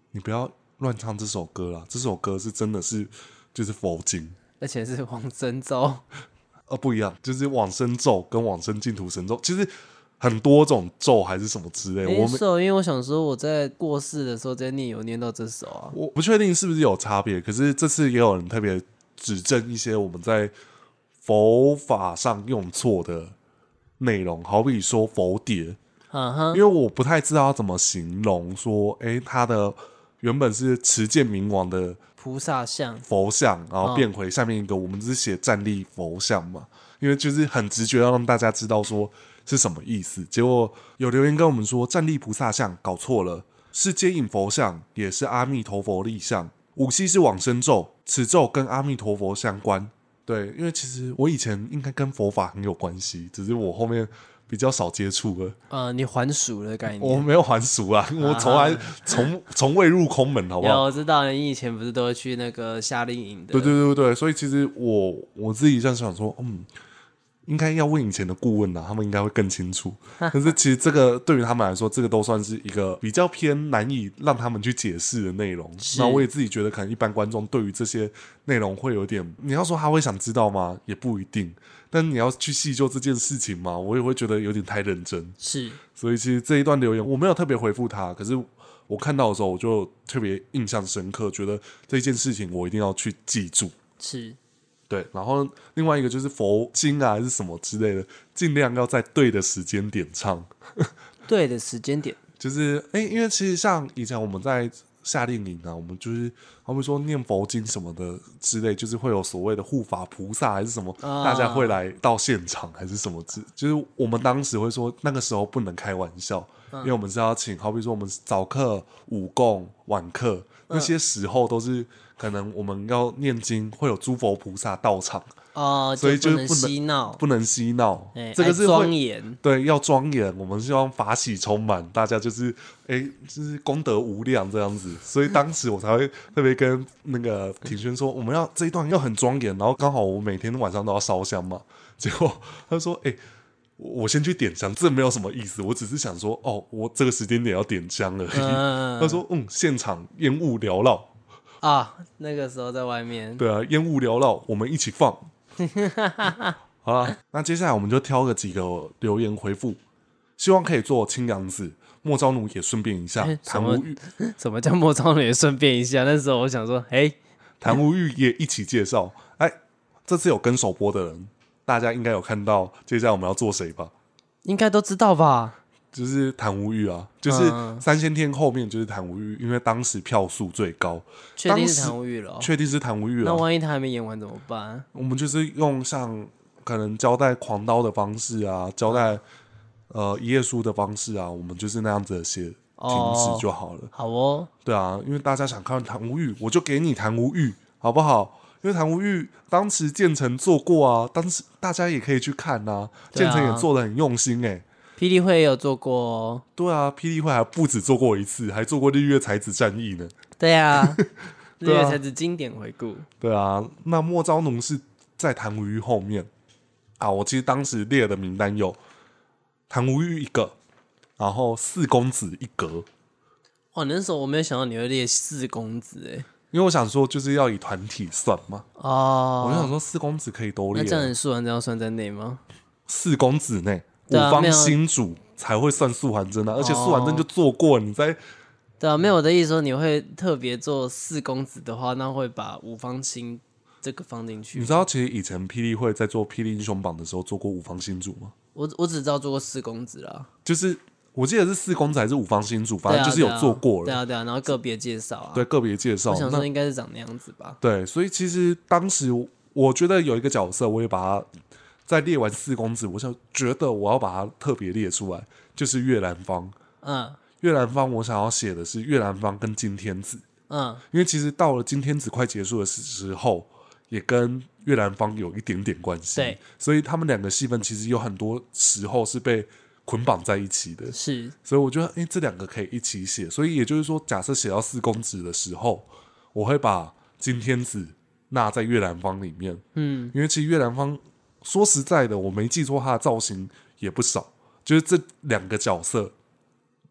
你不要乱唱这首歌啦，这首歌是真的是就是佛经， 而且是往生咒。 呃，不一样，就是往生咒跟往生净土神咒，其实很多种咒还是什么之类。我们是哦，因为我想说我在过世的时候在念，有念到这首啊。 我不确定是不是有差别，可是这次也有人特别指正一些我们在佛法上用错的内容，好比说佛碟， 嗯哼， 因为我不太知道要怎么形容说，诶，它的原本是持剑明王的菩萨像佛像，然后变回下面一个，我们只是写站立佛像嘛，因为就是很直觉要让大家知道说是什么意思。结果有留言跟我们说，站立菩萨像搞错了，是接引佛像，也是阿弥陀佛立像。五系是往生咒，此咒跟阿弥陀佛相关。对，因为其实我以前应该跟佛法很有关系，只是我后面比较少接触了。 呃，你还俗的概念， 我没有还俗啊，我从来从从未入空门，好不好？ 有，我知道你以前不是都会去那个夏令营的？ 对对对对，所以其实我我自己这样想说，嗯，应该要问以前的顾问啊，他们应该会更清楚。可是其实这个对于他们来说，这个都算是一个比较偏难以让他们去解释的内容。那我也自己觉得，可能一般观众对于这些内容会有点，你要说他会想知道吗？也不一定。但你要去细究这件事情嘛，我也会觉得有点太认真。 是， 所以其实这一段留言我没有特别回复他，可是我看到的时候我就特别印象深刻，觉得这件事情我一定要去记住。 是， 对，然后另外一个就是佛经啊还是什么之类的，尽量要在对的时间点唱。 对的时间点， 就是哎，因为其实像以前我们在夏令营啊，我们就是好比说念佛经什么的之类，就是会有所谓的护法菩萨还是什么， 啊、 大家会来到现场还是什么之，就是我们当时会说那个时候不能开玩笑，因为我们是要请，好比说我们早课、午供、晚课那些时候都是可能我们要念经，会有诸佛菩萨到场。 哦， 所以就不能嬉闹， 不能嬉闹， 欸、 这个是庄严， 对，要庄严。我们希望法喜充满，大家就是哎，就是功德无量这样子。所以当时我才会特别跟那个庭轩说，我们要这一段要很庄严。然后刚好我每天晚上都要烧香嘛，结果他说：“哎、欸，我先去点香，这没有什么意思，我只是想说，哦，我这个时间点要点香而已。嗯”他说：“嗯，现场烟雾缭绕啊，那个时候在外面， 对啊，烟雾缭绕，我们一起放。”好了，那接下来我们就挑个几个留言回复，希望可以做青阳子、莫昭奴也顺便一下，谭无欲什么叫莫昭奴也顺便一下？那时候我想说，哎， 谭无欲也一起介绍。哎，这次有跟首播的人，大家应该有看到接下来我们要做谁吧？ 应该都知道吧？ 就是谭无欲啊，就是三千天后面就是谭无欲，因为当时票数最高， 确定是谭无欲了、哦， 确定是谭无欲了。 那万一他还没演完怎么办？ 我们就是用像可能交代狂刀的方式啊，交代、嗯、呃一页书的方式啊，我们就是那样子的写停止就好了。 好哦， 对啊，因为大家想看谭无欲，我就给你谭无欲，好不好？因为谭无欲当时建成做过啊，当时大家也可以去看啊，建成也做得很用心哎、欸。 霹雳会也有做过哦， 对啊，霹雳会还不止做过一次，还做过日月才子战役呢。 对啊，日月才子经典回顾。 对啊，那莫昭奴是在谭无欲后面啊。我其实当时列的名单有谭无欲一个，然后四公子一格。 哇，那时候我没有想到你会列四公子哎， 因为我想说就是要以团体算嘛。 哦， 我就想说四公子可以都列。 那这样你素还真要算在内吗？ 四公子内。五啊、 方新主才会算素还真啊，而且素还真就做过，你在对啊，没有我的意思说你会特别做四公子的话，那会把五方新这个放进去。 你知道其实以前霹雳会在做霹雳英雄榜的时候做过五方新主吗？ 我我只知道做过四公子啦， 就是我记得是四公子还是五方新主，反正就是有做过了。 对啊对啊，然后个别介绍啊， 对个别介绍。 我想说应该是长那样子吧。 对，所以其实当时我觉得有一个角色，我也把它。在列完四公子，我想觉得我要把它特别列出来，就是岳兰芳。 嗯， 岳兰芳，我想要写的是岳兰芳跟金天子。 嗯， 因为其实到了金天子快结束的时候，也跟岳兰芳有一点点关系。 对， 所以他们两个戏份其实有很多时候是被捆绑在一起的。 是， 所以我觉得，哎，这两个可以一起写。所以也就是说，假设写到四公子的时候，我会把金天子纳在岳兰芳里面。 嗯， 因为其实岳兰芳。说实在的，我没记错，他的造型也不少。就是这两个角色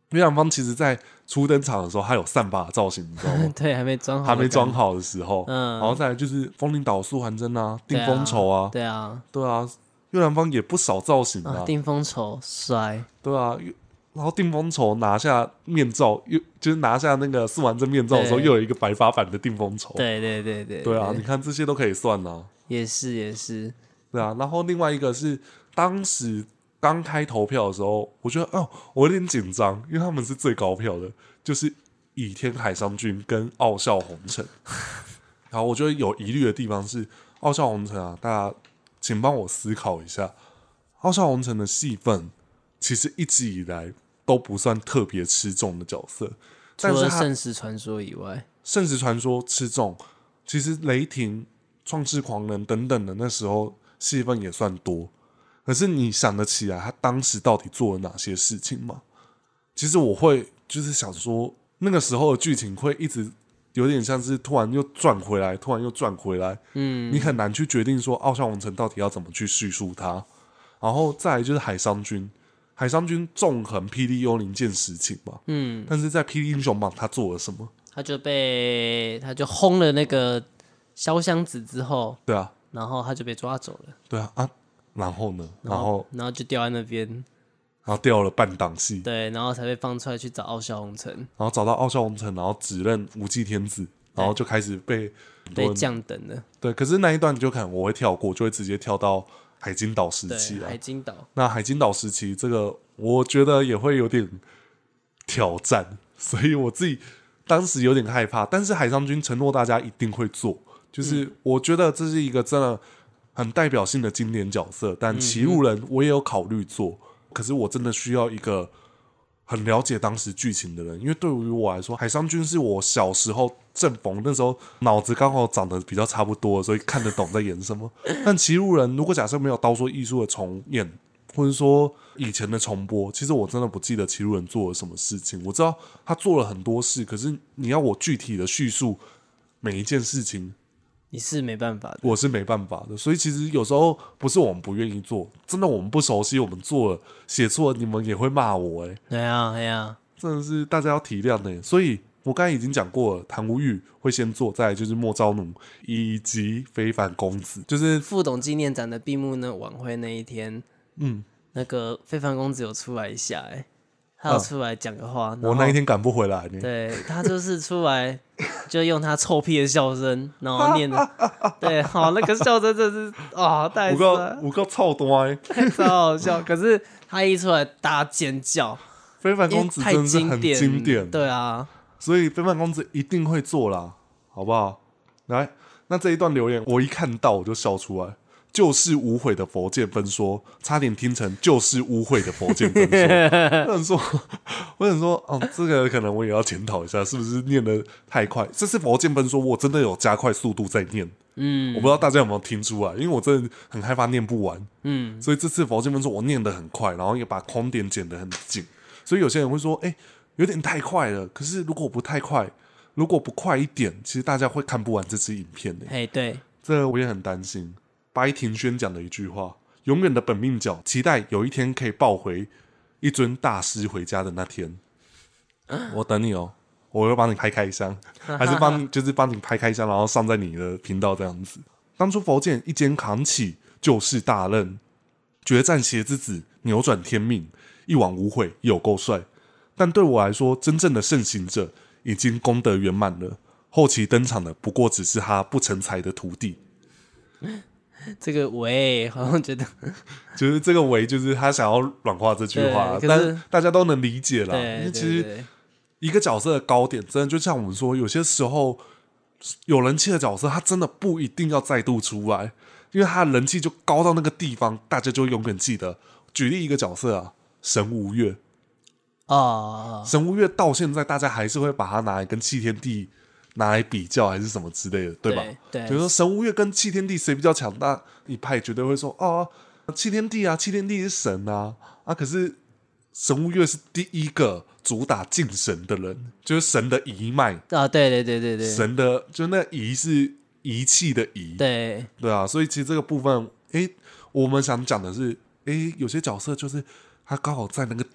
岳阳芳其实在初登场的时候，他有散发的造型，你知道吗？ 对，还没装好， 还没装好的时候， 嗯， 然后再来就是风铃岛素还真啊，定风绸啊， 对啊， 对啊，岳阳芳也不少造型啊，定风绸帅， 对啊，然后定风绸拿下面罩，又就是拿下那个素还真面罩的时候，又有一个白发版的定风绸， 对对对对， 对啊，你看这些都可以算啊， 也是也是， 对啊，然后另外一个是当时刚开投票的时候，我觉得哦，我有点紧张，因为他们是最高票的，就是倚天海商君跟傲笑红尘。然后我觉得有疑虑的地方是傲笑红尘啊，大家请帮我思考一下，傲笑红尘的戏份其实一直以来都不算特别吃重的角色， 除了圣石传说以外， 圣石传说吃重，其实雷霆、创世狂人等等的那时候戏份也算多。可是你想得起来他当时到底做了哪些事情吗？其实我会就是想说，那个时候的剧情会一直有点像是突然又转回来，突然又转回来，嗯，你很难去决定说傲笑红尘到底要怎么去叙述它。然后再来就是海商君，海商君纵横霹雳幽灵剑实情嘛，嗯，但是在霹雳英雄榜他做了什么？ 他就被他就轰了那个潇湘子之后， 对啊， 然后他就被抓走了， 对啊啊。然后呢？ 然后然后然后就掉在那边， 然后掉了半档戏， 对，然后才被放出来去找傲笑红尘， 然后找到傲笑红尘，然后指认无忌天子，然后就开始被被降等了。 对，可是那一段就可能我会跳过，就会直接跳到海金岛时期了。 海金岛， 那海金岛时期这个，我觉得也会有点挑战，所以我自己当时有点害怕。但是海商君承诺大家一定会做，就是我觉得这是一个真的很代表性的经典角色。但骑路人我也有考虑做，可是我真的需要一个很了解当时剧情的人，因为对于我来说，海商君是我小时候正逢那时候脑子刚好长得比较差不多，所以看得懂在演什么。但骑路人如果假设没有刀说艺术的重演，或者说以前的重播，其实我真的不记得骑路人做了什么事情。我知道他做了很多事，可是你要我具体的叙述每一件事情， 你是没办法的， 我是没办法的。所以其实有时候不是我们不愿意做，真的我们不熟悉，我们做了写错了，你们也会骂我哎、欸。 对啊，对啊， 真的是大家要体谅的、欸。所以我刚才已经讲过了，谭无欲会先做，再来就是莫昭奴以及非凡公子，就是副董纪念展的闭幕呢晚会那一天，嗯，那个非凡公子有出来一下、欸，哎，他有出来讲个话、 嗯。我那一天赶不回来呢。 对他就是出来，就用他臭屁的笑声，然后念的，对，好，那个笑声真是啊、哦，太我够我够臭多， 超好笑。可是他一出来，大家尖叫， 非凡公子真的是很经典， 对啊， 所以非凡公子一定会做啦，好不好？来，那这一段留言我一看到我就笑出来。就是无悔的佛剑分说，差点听成就是污秽的佛剑分说。我想说，我想说，哦，这个可能我也要检讨一下，是不是念得太快？这次佛剑分说，我真的有加快速度在念。嗯，我不知道大家有没有听出来，因为我真的很害怕念不完。嗯，所以这次佛剑分说我念得很快，然后也把空点剪得很紧。所以有些人会说，哎、欸，有点太快了。可是如果不太快，如果不快一点，其实大家会看不完这支影片的、欸。 哎，对， 这个我也很担心。白庭轩讲的一句话：“永远的本命角，期待有一天可以抱回一尊大师回家的那天。”我等你哦，我会帮你拍开箱，还是帮你就是帮你拍开箱，然后上在你的频道这样子。当初佛剑一肩扛起就是大任，决战邪之子，扭转天命，一往无悔，有够帅。但对我来说，真正的圣行者已经功德圆满了，后期登场的不过只是他不成才的徒弟。 这个喂，好像觉得就是这个喂，就是他想要软化这句话，但大家都能理解啦。因为其实一个角色的高点，真的就像我们说，有些时候有人气的角色，他真的不一定要再度出来，因为他的人气就高到那个地方，大家就永远记得。举例一个角色啊，神无月啊， 神无月到现在大家还是会把他拿来跟弃天帝拿来比较还是什么之类的，对吧？ 对， 比如说神无月跟弃天帝谁比较强大，一派绝对会说哦，弃天帝啊，弃天帝是神啊啊！可是神无月是第一个主打敬神的人，就是神的遗脉啊，对对对对对， 神的就那遗是遗弃的遗， 对对啊，所以其实这个部分，哎，我们想讲的是，哎，有些角色就是他刚好在那个点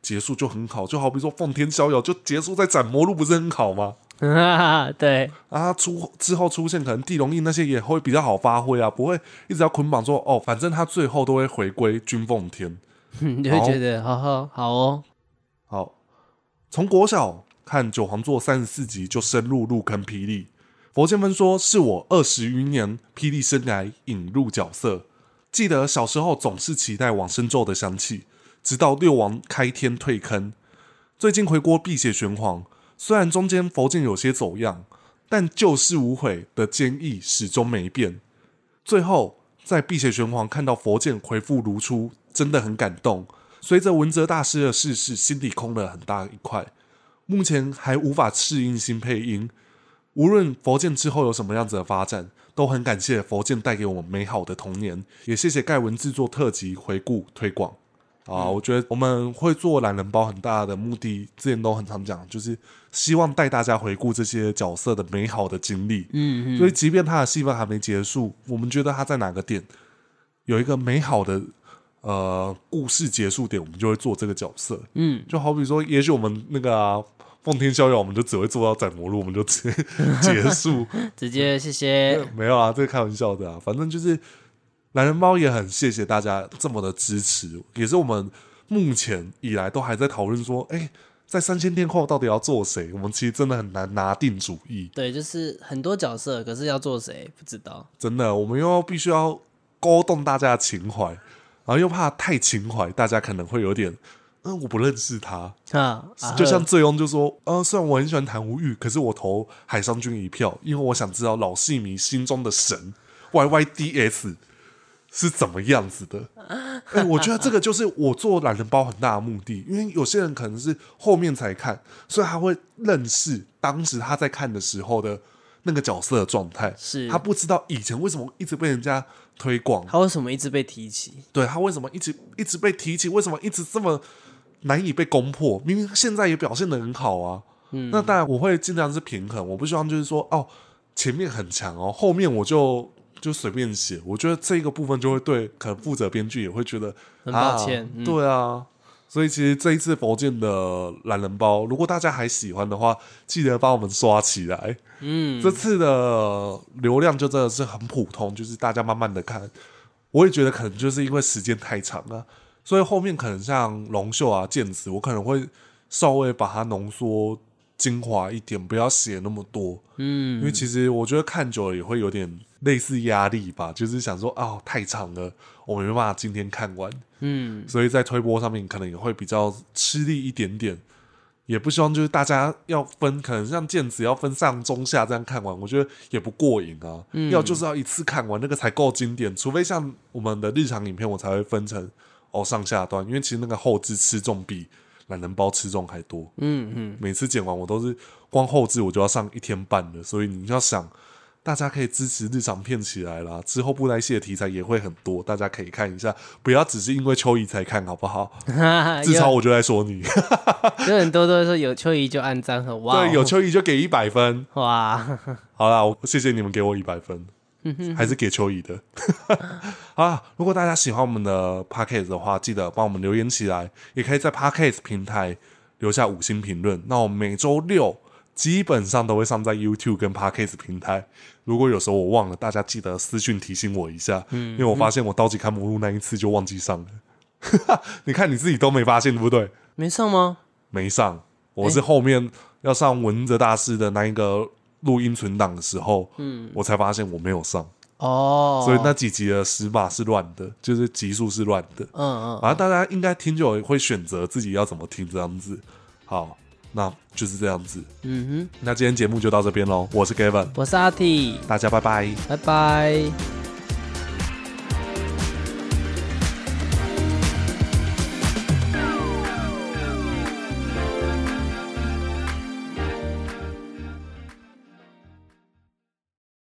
结束就很好，就好比说奉天逍遥就结束在斩魔录，不是很好吗？ 对啊，出之后出现可能地龙印那些也会比较好发挥啊，不会一直要捆绑说哦，反正他最后都会回归君奉天， 你就会觉得好好好哦。 好，从国小看九皇座三十四集就深入入坑霹雳，佛剑分说是我二十余年霹雳生涯引入角色，记得小时候总是期待往生咒的香气，直到六王开天退坑，最近回锅碧血玄黄。虽然中间佛剑有些走样，但旧事无悔的坚毅始终没变。最后在碧血玄黄看到佛剑回复如初，真的很感动。随着文泽大师的逝世，心里空了很大一块，目前还无法适应新配音。无论佛剑之后有什么样子的发展，都很感谢佛剑带给我们美好的童年，也谢谢盖文制作特辑回顾推广。啊，我觉得我们会做懒人包很大的目的，之前都很常讲，就是希望带大家回顾这些角色的美好的经历。嗯嗯，所以即便他的戏份还没结束，我们觉得他在哪个点有一个美好的呃故事结束点，我们就会做这个角色。嗯，就好比说，也许我们那个、啊、奉天逍遥，我们就只会做到斩魔录，我们就直接结束， 直接谢谢。 没有啊，这个开玩笑的啊，反正就是。懒人包也很谢谢大家这么的支持，也是我们目前以来都还在讨论说，哎、欸，在三千天后到底要做谁？我们其实真的很难拿定主意。 对，就是很多角色，可是要做谁不知道。 真的，我们又必须要勾动大家的情怀，然后又怕太情怀，大家可能会有点，嗯、呃，我不认识他啊。就像醉翁就说，呃，虽然我很喜欢谭无欲，可是我投海商君一票，因为我想知道老戏迷心中的神 Y Y D S。是怎么样子的、欸、我觉得这个就是我做懒人包很大的目的，因为有些人可能是后面才看，所以他会认识当时他在看的时候的那个角色的状态，是他不知道以前为什么一直被人家推广， 他为什么一直被提起， 对，他为什么一直一直被提起，为什么一直这么难以被攻破，明明现在也表现得很好啊、嗯、那当然我会尽量是平衡，我不希望就是说哦前面很强哦，后面我就就随便写，我觉得这个部分就会对可能负责编剧也会觉得很抱歉、 啊嗯、 对啊，所以其实这一次佛剑的懒人包，如果大家还喜欢的话，记得帮我们刷起来。嗯，这次的流量就真的是很普通，就是大家慢慢的看，我也觉得可能就是因为时间太长了，所以后面可能像龙秀啊、剑子，我可能会稍微把它浓缩精华一点，不要写那么多。嗯，因为其实我觉得看久了也会有点类似压力吧，就是想说啊、哦，太长了，我没办法今天看完。嗯，所以在推播上面可能也会比较吃力一点点，也不希望就是大家要分，可能像剑子要分上中下这样看完，我觉得也不过瘾啊。嗯、要就是要一次看完，那个才够经典。除非像我们的日常影片，我才会分成哦上下段，因为其实那个后置吃重比懒人包吃重还多。嗯嗯，每次剪完我都是光后置我就要上一天半了，所以你要想。大家可以支持日常片起来啦，之后布袋戏的题材也会很多，大家可以看一下，不要只是因为秋怡才看，好不好？至少我就在说你， 有很多都会说有秋怡就按赞和哇， 对，有秋怡就给一百分， 哇， 好啦，我谢谢你们给我一百分，还是给秋怡的。好啦，如果大家喜欢我们的 Podcast 的话，记得帮我们留言起来，也可以在 Podcast 平台留下五星评论。那我们每周六基本上都会上在 YouTube 跟 Podcast 平台，如果有时候我忘了，大家记得私讯提醒我一下，嗯、因为我发现我刀戟看魔录那一次就忘记上了。你看你自己都没发现对不对？ 没上吗？ 没上，我是后面要上文泽大师的那一个录音存档的时候，嗯，我才发现我没有上。哦，所以那几集的时码是乱的，就是集数是乱的。嗯嗯，反正大家应该听久会选择自己要怎么听这样子。好。那就是这样子，嗯哼，那今天节目就到这边咯，我是 Gavin， 我是阿 T， 大家拜拜， 拜拜。